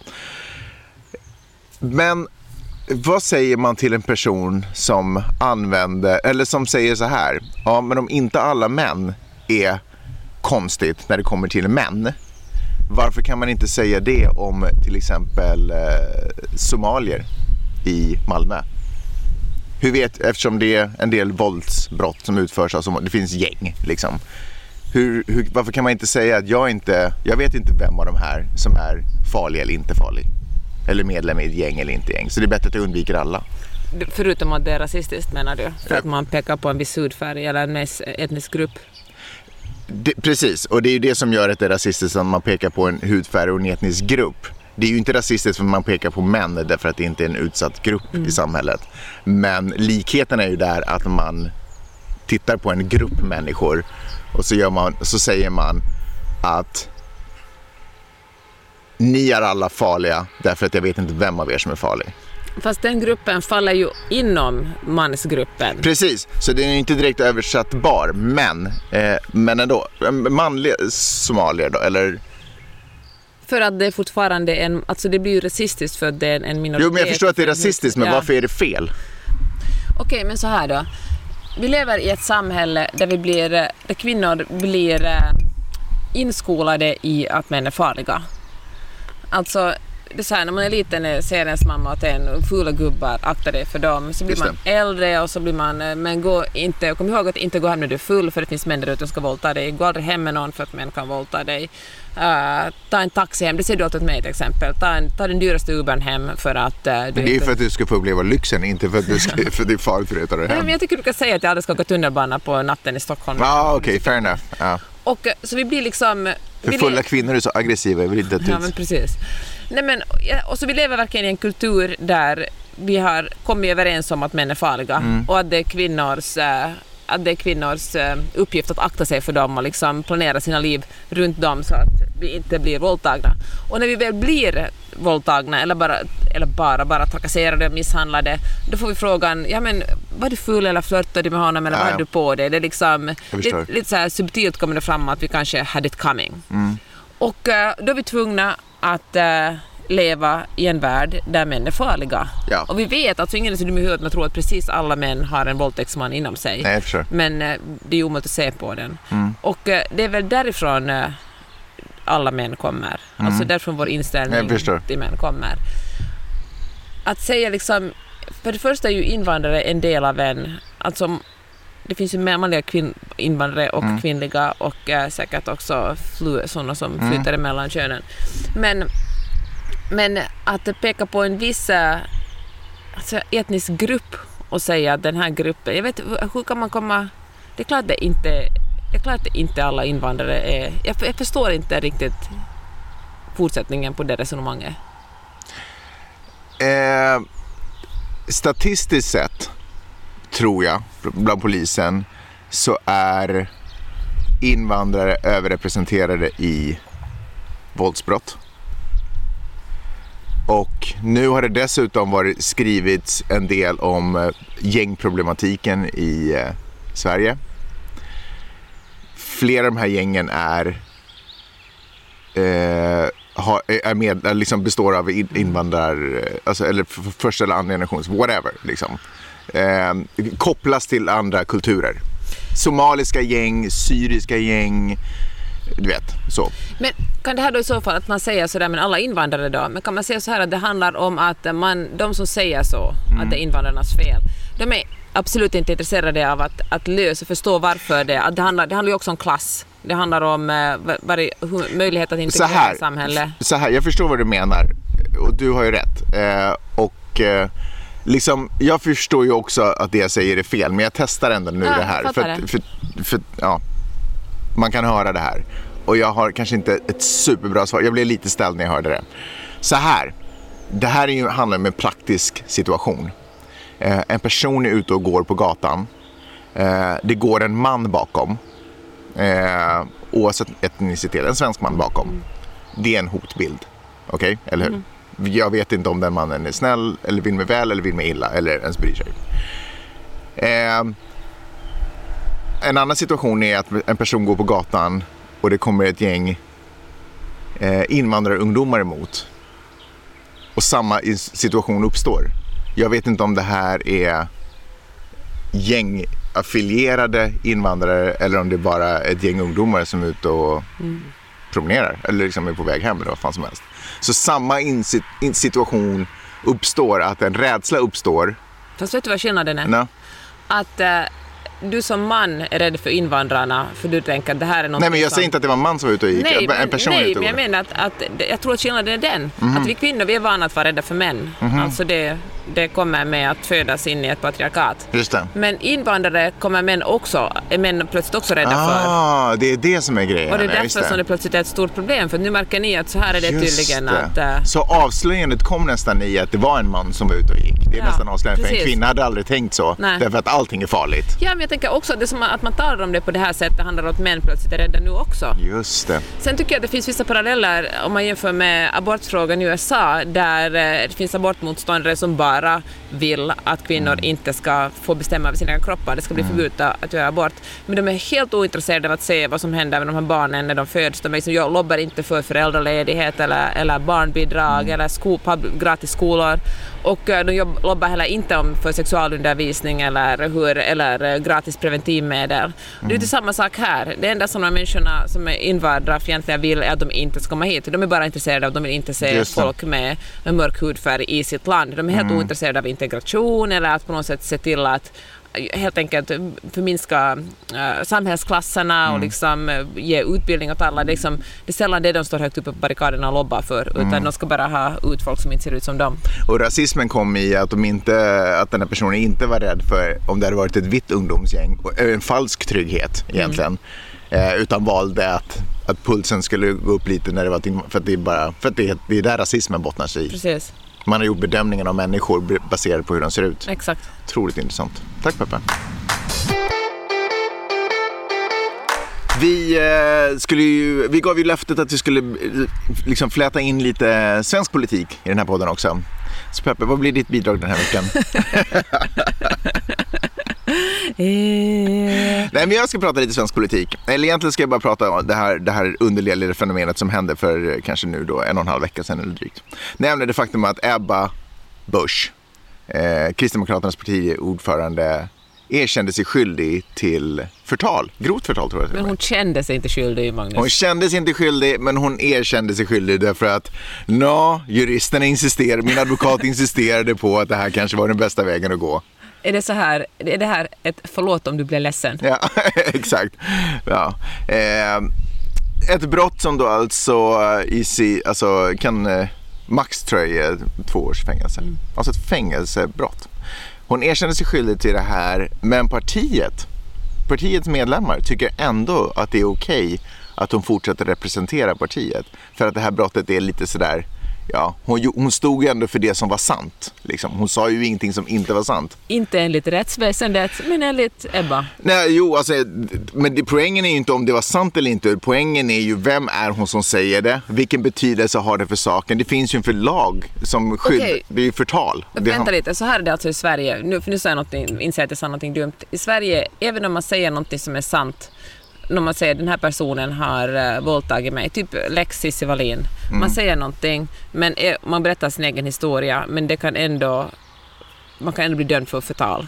Men vad säger man till en person som använder, eller som säger så här, ja men om inte alla män är konstigt när det kommer till män, varför kan man inte säga det om till exempel eh, somalier i Malmö? Hur vet, eftersom det är en del våldsbrott som utförs av somalier, det finns gäng liksom. Hur, hur, varför kan man inte säga att jag inte, jag vet inte vem av de här som är farlig eller inte farlig? Eller medlem i ett gäng eller inte gäng. Så det är bättre att jag undviker alla. Förutom att det är rasistiskt, menar du? För ja. Att man pekar på en viss hudfärg eller en etnisk grupp? Det, precis, och det är ju det som gör att det är rasistiskt att man pekar på en hudfärg och en etnisk grupp. Det är ju inte rasistiskt för att man pekar på män därför att det inte är en utsatt grupp mm. i samhället. Men likheten är ju där att man tittar på en grupp människor och så, gör man, så säger man att ni är alla farliga därför att jag vet inte vem av er som är farlig. Fast den gruppen faller ju inom mansgruppen. Precis, så det är inte direkt översattbar. Men, eh, men ändå, manliga somalier då, eller? För att det är fortfarande en, alltså det blir ju rasistiskt för att det är en minoritet. Jo, men jag förstår att det är rasistiskt, men ja. Varför är det fel? Okej, okay, men så här då. Vi lever i ett samhälle där vi blir, där kvinnor blir inskolade i att män är farliga. Alltså, det är så här, när man är liten ser ens mamma att det är en fula gubbar, akta dig för dem. Så blir man äldre och så blir man, men gå inte, kom ihåg att inte gå hem när du är full för det finns män där ute som ska våldta dig. Gå aldrig hem med någon för att män kan våldta dig. Uh, ta en taxi hem, det ser du åt mig till exempel. Ta, en, ta den dyraste Ubern hem för att... Uh, du men det är inte... för att du ska få uppleva lyxen, inte för att, du ska, för det är farligt för dig att ta det hem. Ja, men jag tycker du kan säga att jag aldrig ska gå tunnelbana på natten i Stockholm. Ja, ah, okej, okay, fair enough. Ja. Och så vi blir liksom... För fulla vi... kvinnor är så aggressiva, jag vill inte att ja, men precis. Nej, men, och så vi lever verkligen i en kultur där vi har kommit överens om att män är farliga mm. och att det är kvinnors, äh, att det är kvinnors äh, uppgift att akta sig för dem och liksom planera sina liv runt dem så att vi inte blir våldtagna. Och när vi väl blir våldtagna eller bara, eller bara, bara trakasserade och misshandlade, då får vi frågan, ja men var du full eller flörtade du med honom eller ja, vad hade du på dig? Det är liksom lite, lite så här subtilt kommer det fram att vi kanske had it coming. Mm. Och äh, då är vi tvungna att äh, leva i en värld där män är farliga. Ja. Och vi vet, alltså ingen är så dum i huvudet man tror att precis alla män har en våldtäktsman inom sig. Nej, sure. Men äh, det är omöjligt att se på den. Mm. Och äh, det är väl därifrån äh, alla män kommer. Mm. Alltså därifrån vår inställning till män kommer. Att säga liksom, för det första är ju invandrare en del av en, alltså det finns ju mer manliga kvin- invandrare och mm. kvinnliga och äh, säkert också flu- sådana som mm. flyter mellan könen. Men, men att peka på en viss alltså, etnisk grupp och säga att den här gruppen, jag vet, hur kan man komma, det är klart det inte, det är klart att inte alla invandrare är, jag, jag förstår inte riktigt fortsättningen på det resonemanget. Eh, statistiskt sett tror jag, bland polisen, så är invandrare överrepresenterade i våldsbrott. Och nu har det dessutom varit skrivits en del om gängproblematiken i eh, Sverige. Flera av de här gängen är, eh, har, är med, liksom består av invandrare, alltså, eller f- första eller andra generations, whatever, liksom. Eh, kopplas till andra kulturer. Somaliska gäng, syriska gäng, du vet, så. Men kan det här då i så fall att man säger sådär, men alla invandrare då, men kan man säga så här att det handlar om att man, de som säger så, mm. att det är invandrarnas fel, de är absolut inte intresserade av att, att lösa, förstå varför det, att det handlar, det handlar ju också om klass. Det handlar om eh, var, hur, möjlighet att integrera samhället. Så här, jag förstår vad du menar och du har ju rätt. Eh, och eh, liksom, jag förstår ju också att det jag säger är fel, men jag testar ändå nu ja, det här. För, det. för, för, för ja, man kan höra det här. Och jag har kanske inte ett superbra svar. Jag blev lite ställd när jag hörde det. Så här, det här är ju, handlar om en praktisk situation. Eh, en person är ute och går på gatan. Eh, det går en man bakom. Eh, oavsett etnicitet, en svensk man bakom. Mm. Det är en hotbild. Okej, okay? Eller hur? Mm. Jag vet inte om den mannen är snäll eller vill mig väl eller vill mig illa eller ens bryr sig. Eh, en annan situation är att en person går på gatan och det kommer ett gäng eh, invandrarungdomar emot. Och samma situation uppstår. Jag vet inte om det här är gängaffilierade invandrare eller om det är bara ett gäng ungdomar som är ute och mm. promenerar eller liksom är på väg hem eller vad fan som helst. Så samma in- in- situation uppstår, att en rädsla uppstår. Fast vet du vad skillnaden är? No. Att äh, du som man är rädd för invandrarna för du tänker att det här är något. Nej, men jag som... säger inte att det var en man som var ute och gick. Nej, en person nej ute och men jag menar att, att jag tror att skillnaden är den. Mm. Att vi kvinnor, vi är vana att vara rädda för män. Mm. Alltså det, det kommer med att födas in i ett patriarkat. Just det. Men invandrare kommer män också, är män plötsligt också rädda ah, för. Ja, det är det som är grejen. Och det är därför det. som det plötsligt är ett stort problem. För nu märker ni att så här är det Just tydligen det. att... Äh... Så avslöjandet kom nästan i att det var en man som var ute och gick. Det är ja, nästan avslöjande, för en kvinna hade aldrig tänkt så. Nej. Därför att allting är farligt. Ja, men jag tänker också att det som att man talar om det på det här sättet handlar om att män plötsligt är rädda nu också. Just det. Sen tycker jag att det finns vissa paralleller om man jämför med abortfrågan i U S A, där det finns abortmotståndare som bara vill att kvinnor mm. inte ska få bestämma över sina kroppar. Det ska bli mm. förbjudet att göra abort. Men de är helt ointresserade av att se vad som händer med de här barnen när de föds. De är liksom, jag lobbar inte för föräldraledighet eller, eller barnbidrag mm. eller sko, gratis skolor. Och de jobb, lobbar heller inte om för sexualundervisning eller, hur, eller gratis preventivmedel. Mm. Det är inte samma sak här. Det enda som de människorna som är invandrarfientliga vill är att de inte ska komma hit. De är bara intresserade av, de vill inte se folk med en mörk hudfärg i sitt land. De är helt mm. ointresserade av integration eller att på något sätt se till att helt enkelt förminska äh, samhällsklasserna mm. och liksom äh, ge utbildning åt alla. Det är, liksom, det är sällan det de står högt uppe på barrikaderna och lobbar för, utan mm. de ska bara ha ut folk som inte ser ut som dem. Och rasismen kom i att, de inte, att den här personen inte var rädd för om det hade varit ett vitt ungdomsgäng, en falsk trygghet egentligen, mm. eh, utan valde att, att pulsen skulle gå upp lite när det var, för att det är, bara, för att det, det är där rasismen bottnar sig i. Precis. Man har gjort bedömningen av människor baserat på hur de ser ut. Exakt. Otroligt intressant. Tack Peppe. Vi, eh, skulle ju, vi gav ju löftet att vi skulle eh, liksom fläta in lite svensk politik i den här podden också. Så Peppe, vad blir ditt bidrag den här veckan? Nej, men jag ska prata lite svensk politik. Eller egentligen ska jag bara prata om det här, det här underliga fenomenet som hände för kanske nu då en och en halv vecka sedan eller drygt. Nämligen det faktum att Ebba Busch, eh, Kristdemokraternas partiordförande, erkände sig skyldig till förtal. Grovt förtal tror jag. Men hon kände sig inte skyldig, Magnus. Hon kände sig inte skyldig, men hon erkände sig skyldig därför att nå, juristerna insisterade, min advokat insisterade på att det här kanske var den bästa vägen att gå. Är det så här, är det här ett förlåt om du blir ledsen? Ja, exakt. Ja. Eh, ett brott som då alltså, i si, alltså kan eh, max tror jag två års fängelse. Mm. Alltså ett fängelsebrott. Hon erkände sig skyldig till det här, men partiet, partiets medlemmar tycker ändå att det är okej att hon fortsätter representera partiet. För att det här brottet är lite sådär, ja, hon, hon stod ju ändå för det som var sant. Liksom. Hon sa ju ingenting som inte var sant. Inte enligt rättsväsendet, men enligt Ebba. Nej, jo, alltså, men det, poängen är ju inte om det var sant eller inte. Poängen är ju, vem är hon som säger det? Vilken betydelse har det för saken? Det finns ju en förlag som skydd, okay. Det är ju förtal. Vänta lite, så här är det alltså i Sverige. Nu, för nu säger jag något, inser att jag sa något dumt. I Sverige, även om man säger något som är sant, när man säger den här personen har uh, våldtagit mig, typ Lex Cissi Wallin. Mm. Man säger någonting, men är, man berättar sin egen historia, men det kan ändå, man kan ändå bli dömd för förtal.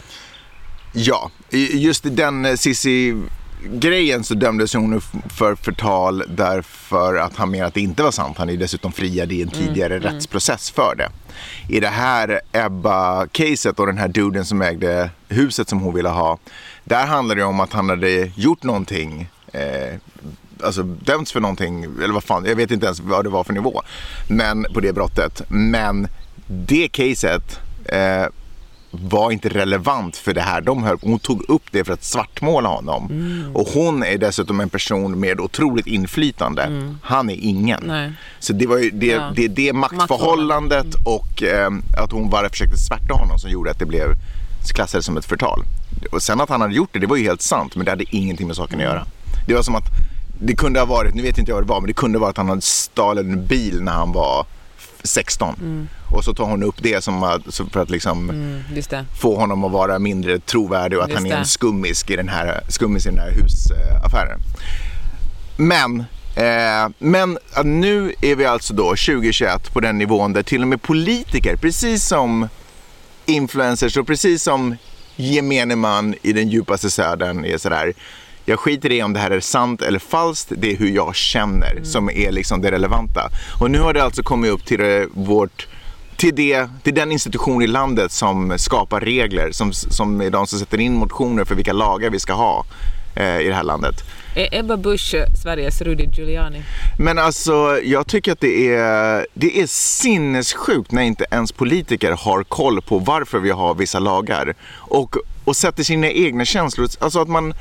Ja, just den Cissi grejen så dömdes hon för förtal därför att han menar att det inte var sant. Han är dessutom friad i en tidigare mm. rättsprocess för det. I det här Ebba-caset och den här duden som ägde huset som hon ville ha, där handlar det om att han hade gjort någonting, eh, alltså dömts för någonting, eller vad fan, jag vet inte ens vad det var för nivå, men på det brottet. Men det caset eh, var inte relevant för det här. De hör, hon tog upp det för att svartmåla honom. Mm. Och hon är dessutom en person med otroligt inflytande. Mm. Han är ingen. Nej. Så det var ju det, ja. det, det maktförhållandet mm. och eh, att hon bara försökte svärta honom som gjorde att det blev klassades som ett förtal. Och sen att han hade gjort det, det var ju helt sant, men det hade ingenting med saken att göra. Det var som att det kunde ha varit, nu vet inte jag vad det var, men det kunde ha varit att han hade stalat en bil när han var sexton. Mm. Och så tar hon upp det som att, för att liksom mm, just det. få honom att vara mindre trovärdig och att just han är en skummisk i den här, skummis i den här husaffären. Men, eh, men nu är vi alltså då tjugo tjugoett på den nivån där till och med politiker, precis som influencers och precis som gemene man i den djupaste södern är sådär, jag skiter i om det här är sant eller falskt, det är hur jag känner mm. som är liksom det relevanta. Och nu har det alltså kommit upp till det, vårt till, det, till den institution i landet som skapar regler, som, som är de som sätter in motioner för vilka lagar vi ska ha eh, i det här landet. Är Ebba Busch Sveriges Rudy Giuliani? Men alltså, jag tycker att det är, det är sinnessjukt när inte ens politiker har koll på varför vi har vissa lagar. Och, och sätter sina egna känslor, alltså att man...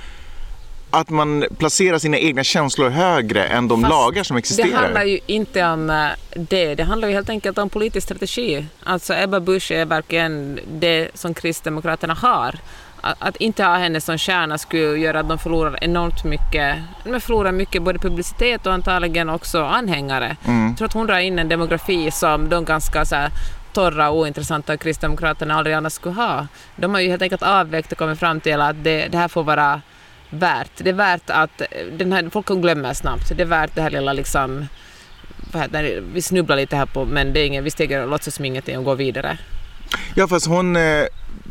att man placerar sina egna känslor högre än de Fast lagar som existerar. Det handlar ju inte om det. Det handlar ju helt enkelt om politisk strategi. Alltså Ebba Busch är verkligen det som Kristdemokraterna har. Att, att inte ha henne som kärna skulle göra att de förlorar enormt mycket. De förlorar mycket både publicitet och antagligen också anhängare. Mm. Jag tror att hon drar in en demografi som de ganska så här, torra och ointressanta Kristdemokraterna aldrig annars skulle ha. De har ju helt enkelt avvägt och kommit fram till att det, det här får vara värt. Det är värt att den här, folk glömmer snabbt. Det är värt det här lilla liksom, vad heter det, vi snubblar lite här på, men det är ingen, vi stegar och låtsas som ingenting och går vidare. Ja, fast hon eh,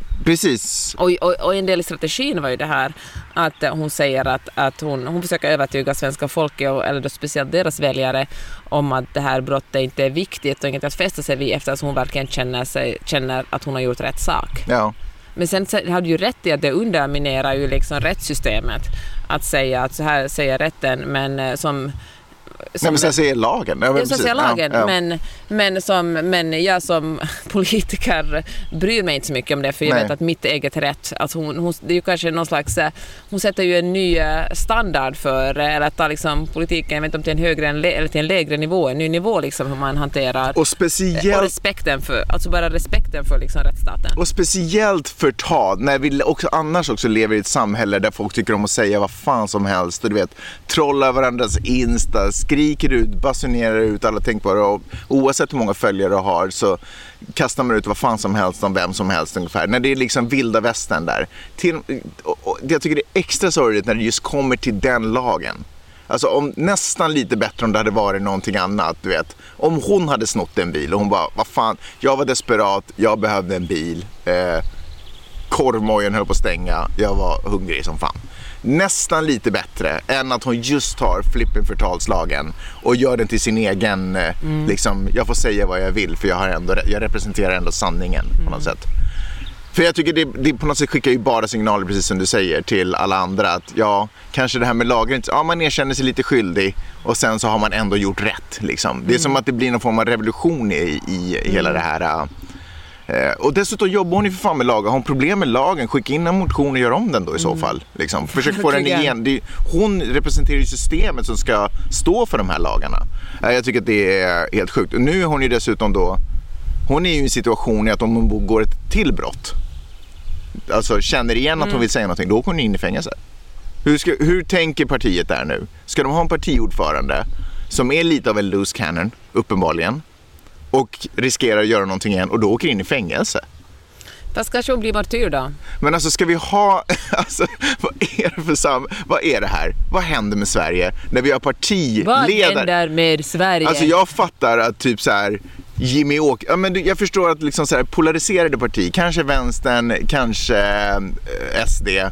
precis. Och, och, och en del i strategin var ju det här att hon säger att, att hon, hon försöker övertyga svenska folket och, eller då speciellt deras väljare om att det här brottet inte är viktigt och inget att fästa sig vid efter att hon verkligen känner, sig, känner att hon har gjort rätt sak. Ja. Men sen hade ju rätt i att det underminerar ju liksom rättssystemet att säga att så här säger rätten, men som... som Nej, men så säger lagen. Ja, men så säger lagen, ja, ja. Men, men, som, men jag som politiker bryr mig inte så mycket om det, för jag Nej. vet att mitt eget rätt, alltså hon, hon, det är ju kanske någon slags, hon sätter ju en ny standard för, eller att ta liksom politiken, jag vet inte om till en högre eller till en lägre nivå, en ny nivå liksom hur man hanterar och, speciellt, och respekten för, alltså bara respekten för liksom rättsstaten. Och speciellt förtal, när vi också annars också lever i ett samhälle där folk tycker om att säga vad fan som helst, och du vet, trolla varandras Insta, skriker ut, basunerar ut alla tänkbara, och oavsett hur många följare du har så kastar man ut vad fan som helst om vem som helst ungefär. När det är liksom vilda västern där. Till, och, och, jag tycker det är extra sorgligt när det just kommer till den lagen. Alltså om nästan lite bättre om det hade varit någonting annat, du vet. Om hon hade snott en bil och hon bara, vad fan, jag var desperat, jag behövde en bil. Eh, korvmojen höll på att stänga. Jag var hungrig som fan. Nästan lite bättre än att hon just tar flippen förtalslagen och gör den till sin egen mm. liksom, jag får säga vad jag vill för jag, har ändå, jag representerar ändå sanningen mm. på något sätt. För jag tycker det, det på något sätt skickar ju bara signaler, precis som du säger, till alla andra att ja, kanske det här med lagring, ja, man erkänner sig lite skyldig och sen så har man ändå gjort rätt liksom. Det är mm. som att det blir någon form av revolution i, i mm. hela det här. Eh, och dessutom jobbar hon ju för fan med lagen. Har hon problem med lagen, skicka in en motion och gör om den då i så fall liksom. Försök få den igen. Det, hon representerar ju systemet som ska stå för de här lagarna. eh, Jag tycker att det är helt sjukt. Och nu är hon ju dessutom då, hon är ju i en situation att om hon går ett till brott, alltså känner igen att hon mm. vill säga någonting, då åker hon in i fängelse. Hur, ska, hur tänker partiet där nu? Ska de ha en partiordförande som är lite av en loose cannon, uppenbarligen, och riskerar att göra någonting igen och då åker in i fängelse? Fast kanske hon blir martyr då. Men alltså ska vi ha, alltså vad är det för sam, vad är det här? Vad händer med Sverige när vi har partiledare? Vad händer med Sverige? Alltså jag fattar att typ så här Jimmy Åk, ja men jag förstår att liksom så här polariserade parti, kanske vänstern, kanske eh, S D,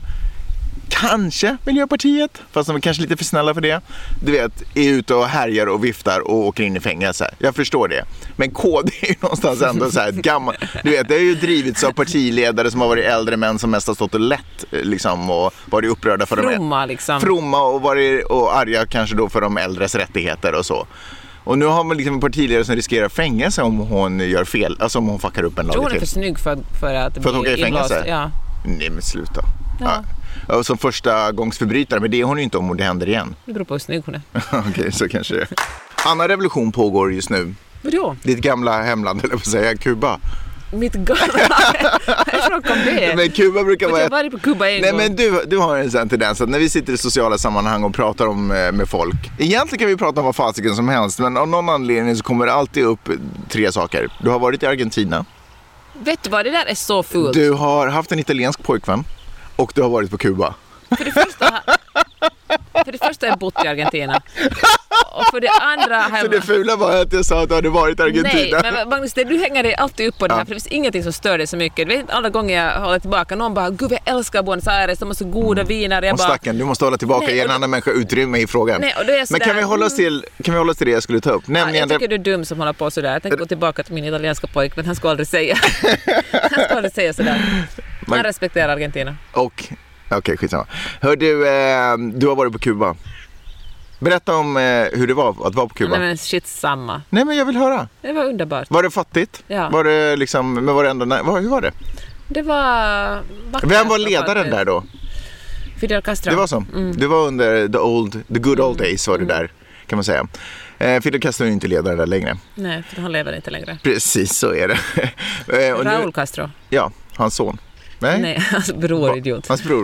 kanske Miljöpartiet, fast de är kanske lite för snälla för det. Du vet, är ute och härjar och viftar och åker in i fängelse. Jag förstår det. Men K D är ju någonstans ändå så här gammal. Du vet, det är ju drivits av partiledare som har varit äldre män som mest har stått och lätt liksom och varit upprörda för fromma, de liksom. Fromma och varit och arga kanske då för de äldres rättigheter och så. Och nu har man liksom en partiledare som riskerar fängelse om hon gör fel, alltså om hon fuckar upp en lag till. Hon är för snygg för, för att för att åka i fängelse? Ja. Nej men sluta. Ja. Ja. Som första gångs förbrytare, men det är hon ju inte om det händer igen. Det beror på hur snygg hon är. Okej, okay, så kanske det. Annan revolution pågår just nu. Vadå? Ditt gamla hemland, eller vad säga, Kuba. Mitt gamla? Hur kom det? Men Kuba brukar vara... Jag var på Kuba en Nej, gång. men du, du har en sån tendens att när vi sitter i sociala sammanhang och pratar om, med folk. Egentligen kan vi prata om vad fasiken som helst, men av någon anledning så kommer det alltid upp tre saker. Du har varit i Argentina. Vet du vad, det där är så fult. Du har haft en italiensk pojkvän. Och du har varit på Kuba. För det första, för det första har jag bott i Argentina. Och för det andra har jag... Så det fula var att jag sa att du hade varit i Argentina. Nej, men Magnus, du hänger dig alltid upp på det här. Ja. För det finns ingenting som stör dig så mycket. Du vet, alla gånger jag håller tillbaka, någon bara, gud jag älskar Buenos Aires, de har så goda viner. Jag och bara, stacken, du måste hålla tillbaka, ge en då... annan människa utrymme i frågan. Nej, och då är men kan vi, hålla oss till, kan vi hålla oss till det jag skulle ta upp? Ja, jag tycker du är dum som håller på sådär. Jag tänkte gå tillbaka till min italienska pojk, men han ska aldrig säga. Han ska aldrig säga sådär. Han men... respekterar Argentina. Och... Okej, okay, skitsamma. Hör du, eh, du har varit på Kuba. Berätta om eh, hur det var att vara på Kuba. Nej men shit, samma. Nej men jag vill höra. Det var underbart. Var det fattigt? Ja. Var det liksom, men var det ändå, var, hur var det? Det var... Vem var ledaren där då? Fidel Castro. Det var så? Mm. Det var under the old, the good old days var det mm. där, kan man säga. Eh, Fidel Castro är ju inte ledare där längre. Nej, för han lever inte längre. Precis, så är det. eh, och Raúl nu, Castro. Ja, hans son. Nej, Nej hans bror, idiot. Hans bror.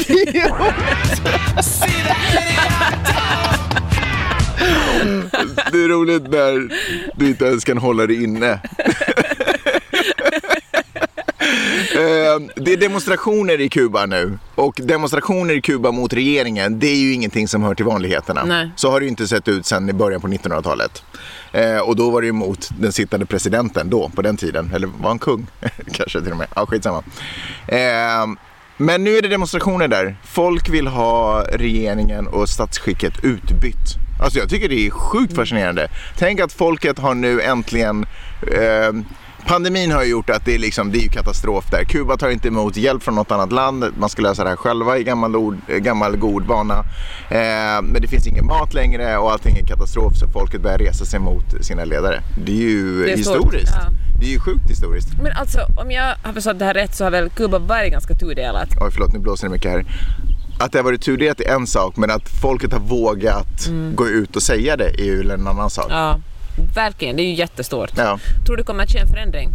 Det är roligt när du inte ens kan hålla dig inne. Det är demonstrationer i Kuba nu. Och demonstrationer i Kuba mot regeringen, det är ju ingenting som hör till vanligheterna. Nej. Så har det ju inte sett ut sedan i början på nittonhundratalet. eh, Och då var det ju mot den sittande presidenten då, på den tiden. Eller var han kung? Kanske till och med, ja skitsamma. eh, Men nu är det demonstrationer där. Folk vill ha regeringen och statsskicket utbytt. Alltså jag tycker det är sjukt fascinerande. Tänk att folket har nu äntligen... Eh, Pandemin har ju gjort att det är, liksom, det är ju katastrof där. Kuba tar inte emot hjälp från något annat land. Man ska lösa det här själva i gammal, ord, gammal god vana. Eh, men det finns ingen mat längre och allting är katastrof, så folket börjar resa sig mot sina ledare. Det är ju det är historiskt. Ja. Det är ju sjukt historiskt. Men alltså, om jag har förstått det här rätt så har väl Kuba varit ganska tudelat. Oj, förlåt, nu blåser det mycket här. Att det har varit tudelat är en sak, men att folket har vågat mm. gå ut och säga det är ju en annan sak. Ja. Verkligen, det är ju jättestort. Ja. Tror du det kommer att ske en förändring?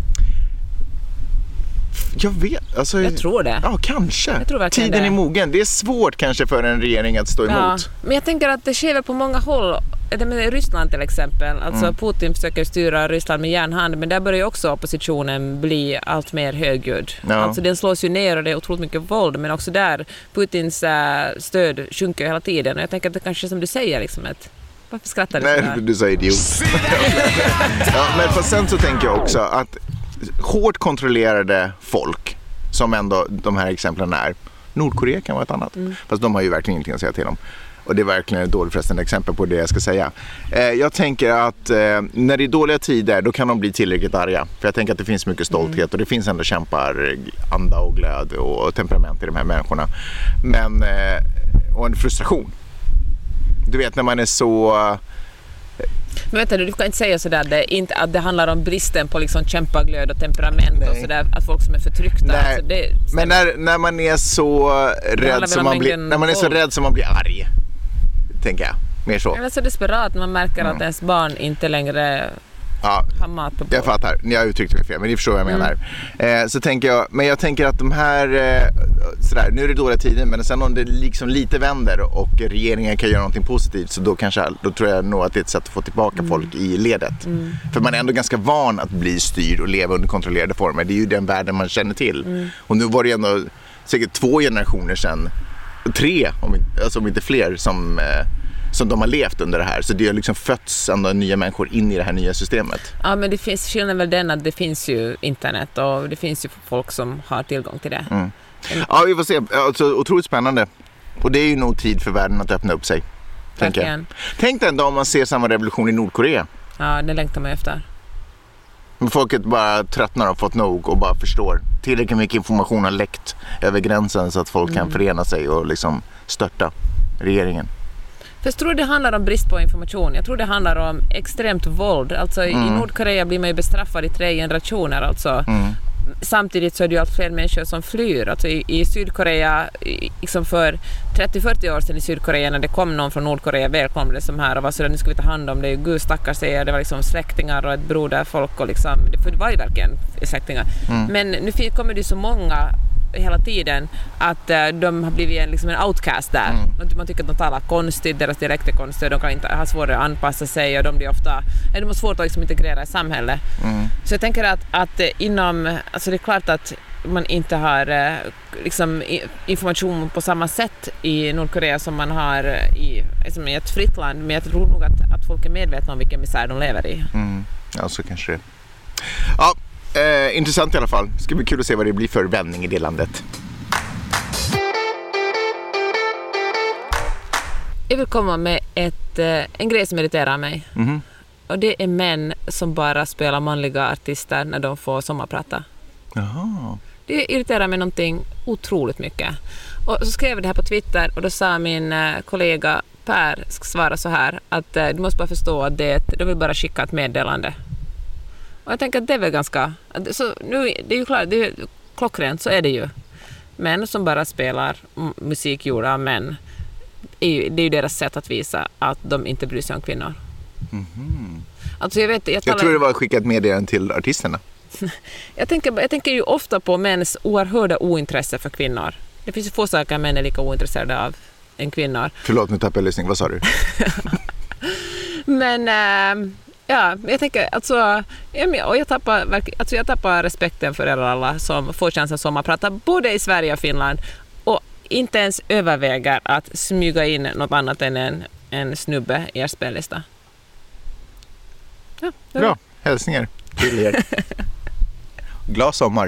Jag vet, alltså, jag tror det. Ja, kanske. Jag tror Tiden det. är mogen. Det är svårt kanske för en regering att stå ja. emot. Men jag tänker att det sker väl på många håll. Med Ryssland till exempel. Alltså mm. Putin försöker styra Ryssland med järnhand, men där börjar ju också oppositionen bli allt mer högljudd. Ja. Alltså den slås ju ner och det är otroligt mycket våld, men också där Putins äh, stöd sjunker hela tiden. Och jag tänker att det kanske som du säger liksom ett varför skrattar du? Nej, du säger idiot. Ja, men för sen så tänker jag också att hårt kontrollerade folk som ändå de här exemplen är. Nordkorea kan vara ett annat. Mm. Fast de har ju verkligen ingenting att säga till om. Och det är verkligen ett dåligt förresten exempel på det jag ska säga. Eh, jag tänker att eh, när det är dåliga tider då kan de bli tillräckligt arga. För jag tänker att det finns mycket stolthet mm. och det finns ändå kämpar, anda och glöd och temperament i de här människorna. Men, eh, och en frustration. Du vet när man är så... Men vänta du, du kan inte säga sådär det, inte, att det handlar om bristen på liksom kämpaglöd och temperament. Nej. Och sådär, att folk som är förtryckta. Nej. Alltså det, men när, när man är så rädd som man blir, när man är så rädd som man blir arg, tänker jag, mer så. Jag är så desperat när man märker mm. att ens barn inte längre ja, har mat på bordet. Jag fattar, jag uttryckte mig fel, men ni förstår vad jag menar. Mm. Eh, så tänker jag, men jag tänker att de här, eh, sådär, nu är det dåliga tider, men sen om det liksom lite vänder och regeringen kan göra någonting positivt, så då kanske, då tror jag nog att det är ett sätt att få tillbaka mm. folk i ledet. Mm. För man är ändå ganska van att bli styrd och leva under kontrollerade former. Det är ju den världen man känner till. Mm. Och nu var det ändå säkert två generationer sedan, tre, om, alltså om inte fler, som... Eh, som de har levt under det här. Så det har liksom fötts ändå nya människor in i det här nya systemet. Ja, men det finns skillnaden väl den att det finns ju internet och det finns ju folk som har tillgång till det. Mm. Ja, vi får se. Alltså, otroligt spännande. Och det är ju nog tid för världen att öppna upp sig. Verkligen. Tänk dig en dag om man ser samma revolution i Nordkorea. Ja, det längtar man efter. Men folket bara tröttnar och fått nog och bara förstår. Tillräckligt mycket information har läckt över gränsen så att folk mm. kan förena sig och liksom störta regeringen. För jag tror det handlar om brist på information. Jag tror det handlar om extremt våld. Alltså mm. i Nordkorea blir man ju bestraffad i tre generationer. Alltså. Mm. Samtidigt så är det ju allt fler människor som flyr. Alltså i, i Sydkorea, i, liksom för trettio till fyrtio år sedan i Sydkorea när det kom någon från Nordkorea välkomnade som här och var så där, nu ska vi ta hand om det. Gud stackars säger, det var liksom släktingar och ett broderfolk och liksom, det, det var ju verkligen släktingar. Mm. Men nu kommer det så många hela tiden att uh, de har blivit en, liksom en outcast där. Mm. Man tycker att de talar konstigt, deras direkt är konstigt, de kan inte ha svårt att anpassa sig och de blir ofta, de har svårt att liksom integrera i samhället. Mm. Så jag tänker att, att inom, alltså det är klart att man inte har uh, liksom information på samma sätt i Nordkorea som man har i, liksom i ett fritt land, men jag tror nog att, att folk är medvetna om vilken misär de lever i. Mm. Ja, så kanske det. Ja, Eh, intressant i alla fall. Det ska bli kul att se vad det blir för vändning i det landet. Jag vill komma med ett, eh, en grej som irriterar mig. Mm-hmm. Och det är män som bara spelar manliga artister när de får sommarprata. Jaha. Det irriterar mig någonting otroligt mycket. Och så skrev jag det här på Twitter och då sa min eh, kollega Per svara så här att eh, du måste bara förstå att det, de vill bara skicka ett meddelande. Och jag tänker att det är väl ganska... Så nu, det är ju klart, det är klockrent, så är det ju. Män som bara spelar musik gjorda av män, är ju, det är ju deras sätt att visa att de inte bryr sig om kvinnor. Mm-hmm. Alltså jag, vet, jag, talar... jag tror det var att skicka ett meddelande till artisterna. jag, tänker, jag tänker ju ofta på mäns oerhörda ointresse för kvinnor. Det finns ju få saker män är lika ointresserade av än kvinnor. Förlåt, nu tappade jag lyssning. Vad sa du? Men... Äh, Ja, jag tänker, alltså, och jag tappar, alltså jag tappar respekten för er alla som får chansen sommarprata både i Sverige och Finland och inte ens överväger att smyga in något annat än en, en snubbe i er spellista. Ja, bra, hälsningar till er. Glad sommar.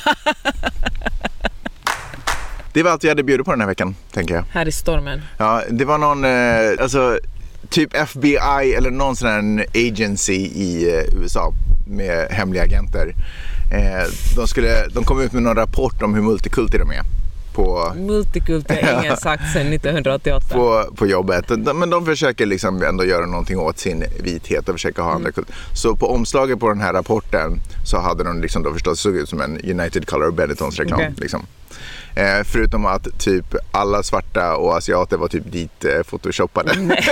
Det var allt vi hade bjudit på den här veckan, tänker jag. Här i stormen. Ja, det var någon, eh, alltså... typ F B I eller någon sån här agency i U S A med hemliga agenter. Eh, de, skulle, de kom ut med någon rapport om hur multikulti de är. På, multikulti är ingen sagt sedan nittonhundraåttioåtta. På, på jobbet. De, men de försöker liksom ändå göra någonting åt sin vithet och försöka ha mm. andra kultur. Så på omslaget på den här rapporten så hade de liksom då förstås såg ut som en United Color Benettons reklam. Okay. Liksom. Eh, förutom att typ alla svarta och asiater var typ dit eh, photoshoppade.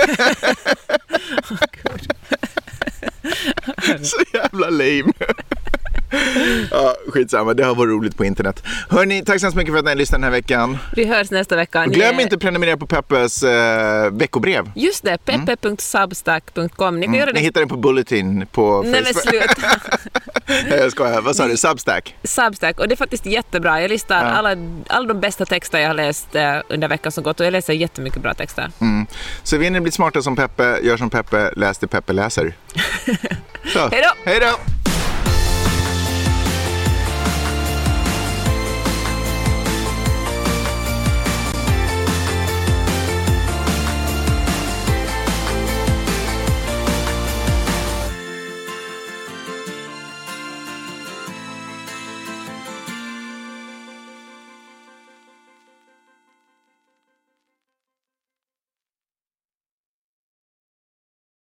Oh, så jävla lame. Ja, skitsamma, det har varit roligt på internet. Hörni, tack så mycket för att ni lyssnade den här veckan. Vi hörs nästa vecka. Och glöm inte att prenumerera på Peppes eh, veckobrev. Just det, peppe punkt substack punkt com. Ni, mm. ni hittar den på Bulletin på Facebook. Nej men sluta. Jag skojar, vad sa du? Substack? Substack, och det är faktiskt jättebra. Jag listar ja. alla, alla de bästa texter jag har läst eh, under veckan som gått, och jag läser jättemycket bra texter. Mm. Så vill ni bli smarta som Peppe, gör som Peppe, läs det Peppe läser. Så. Hej då! Hej då!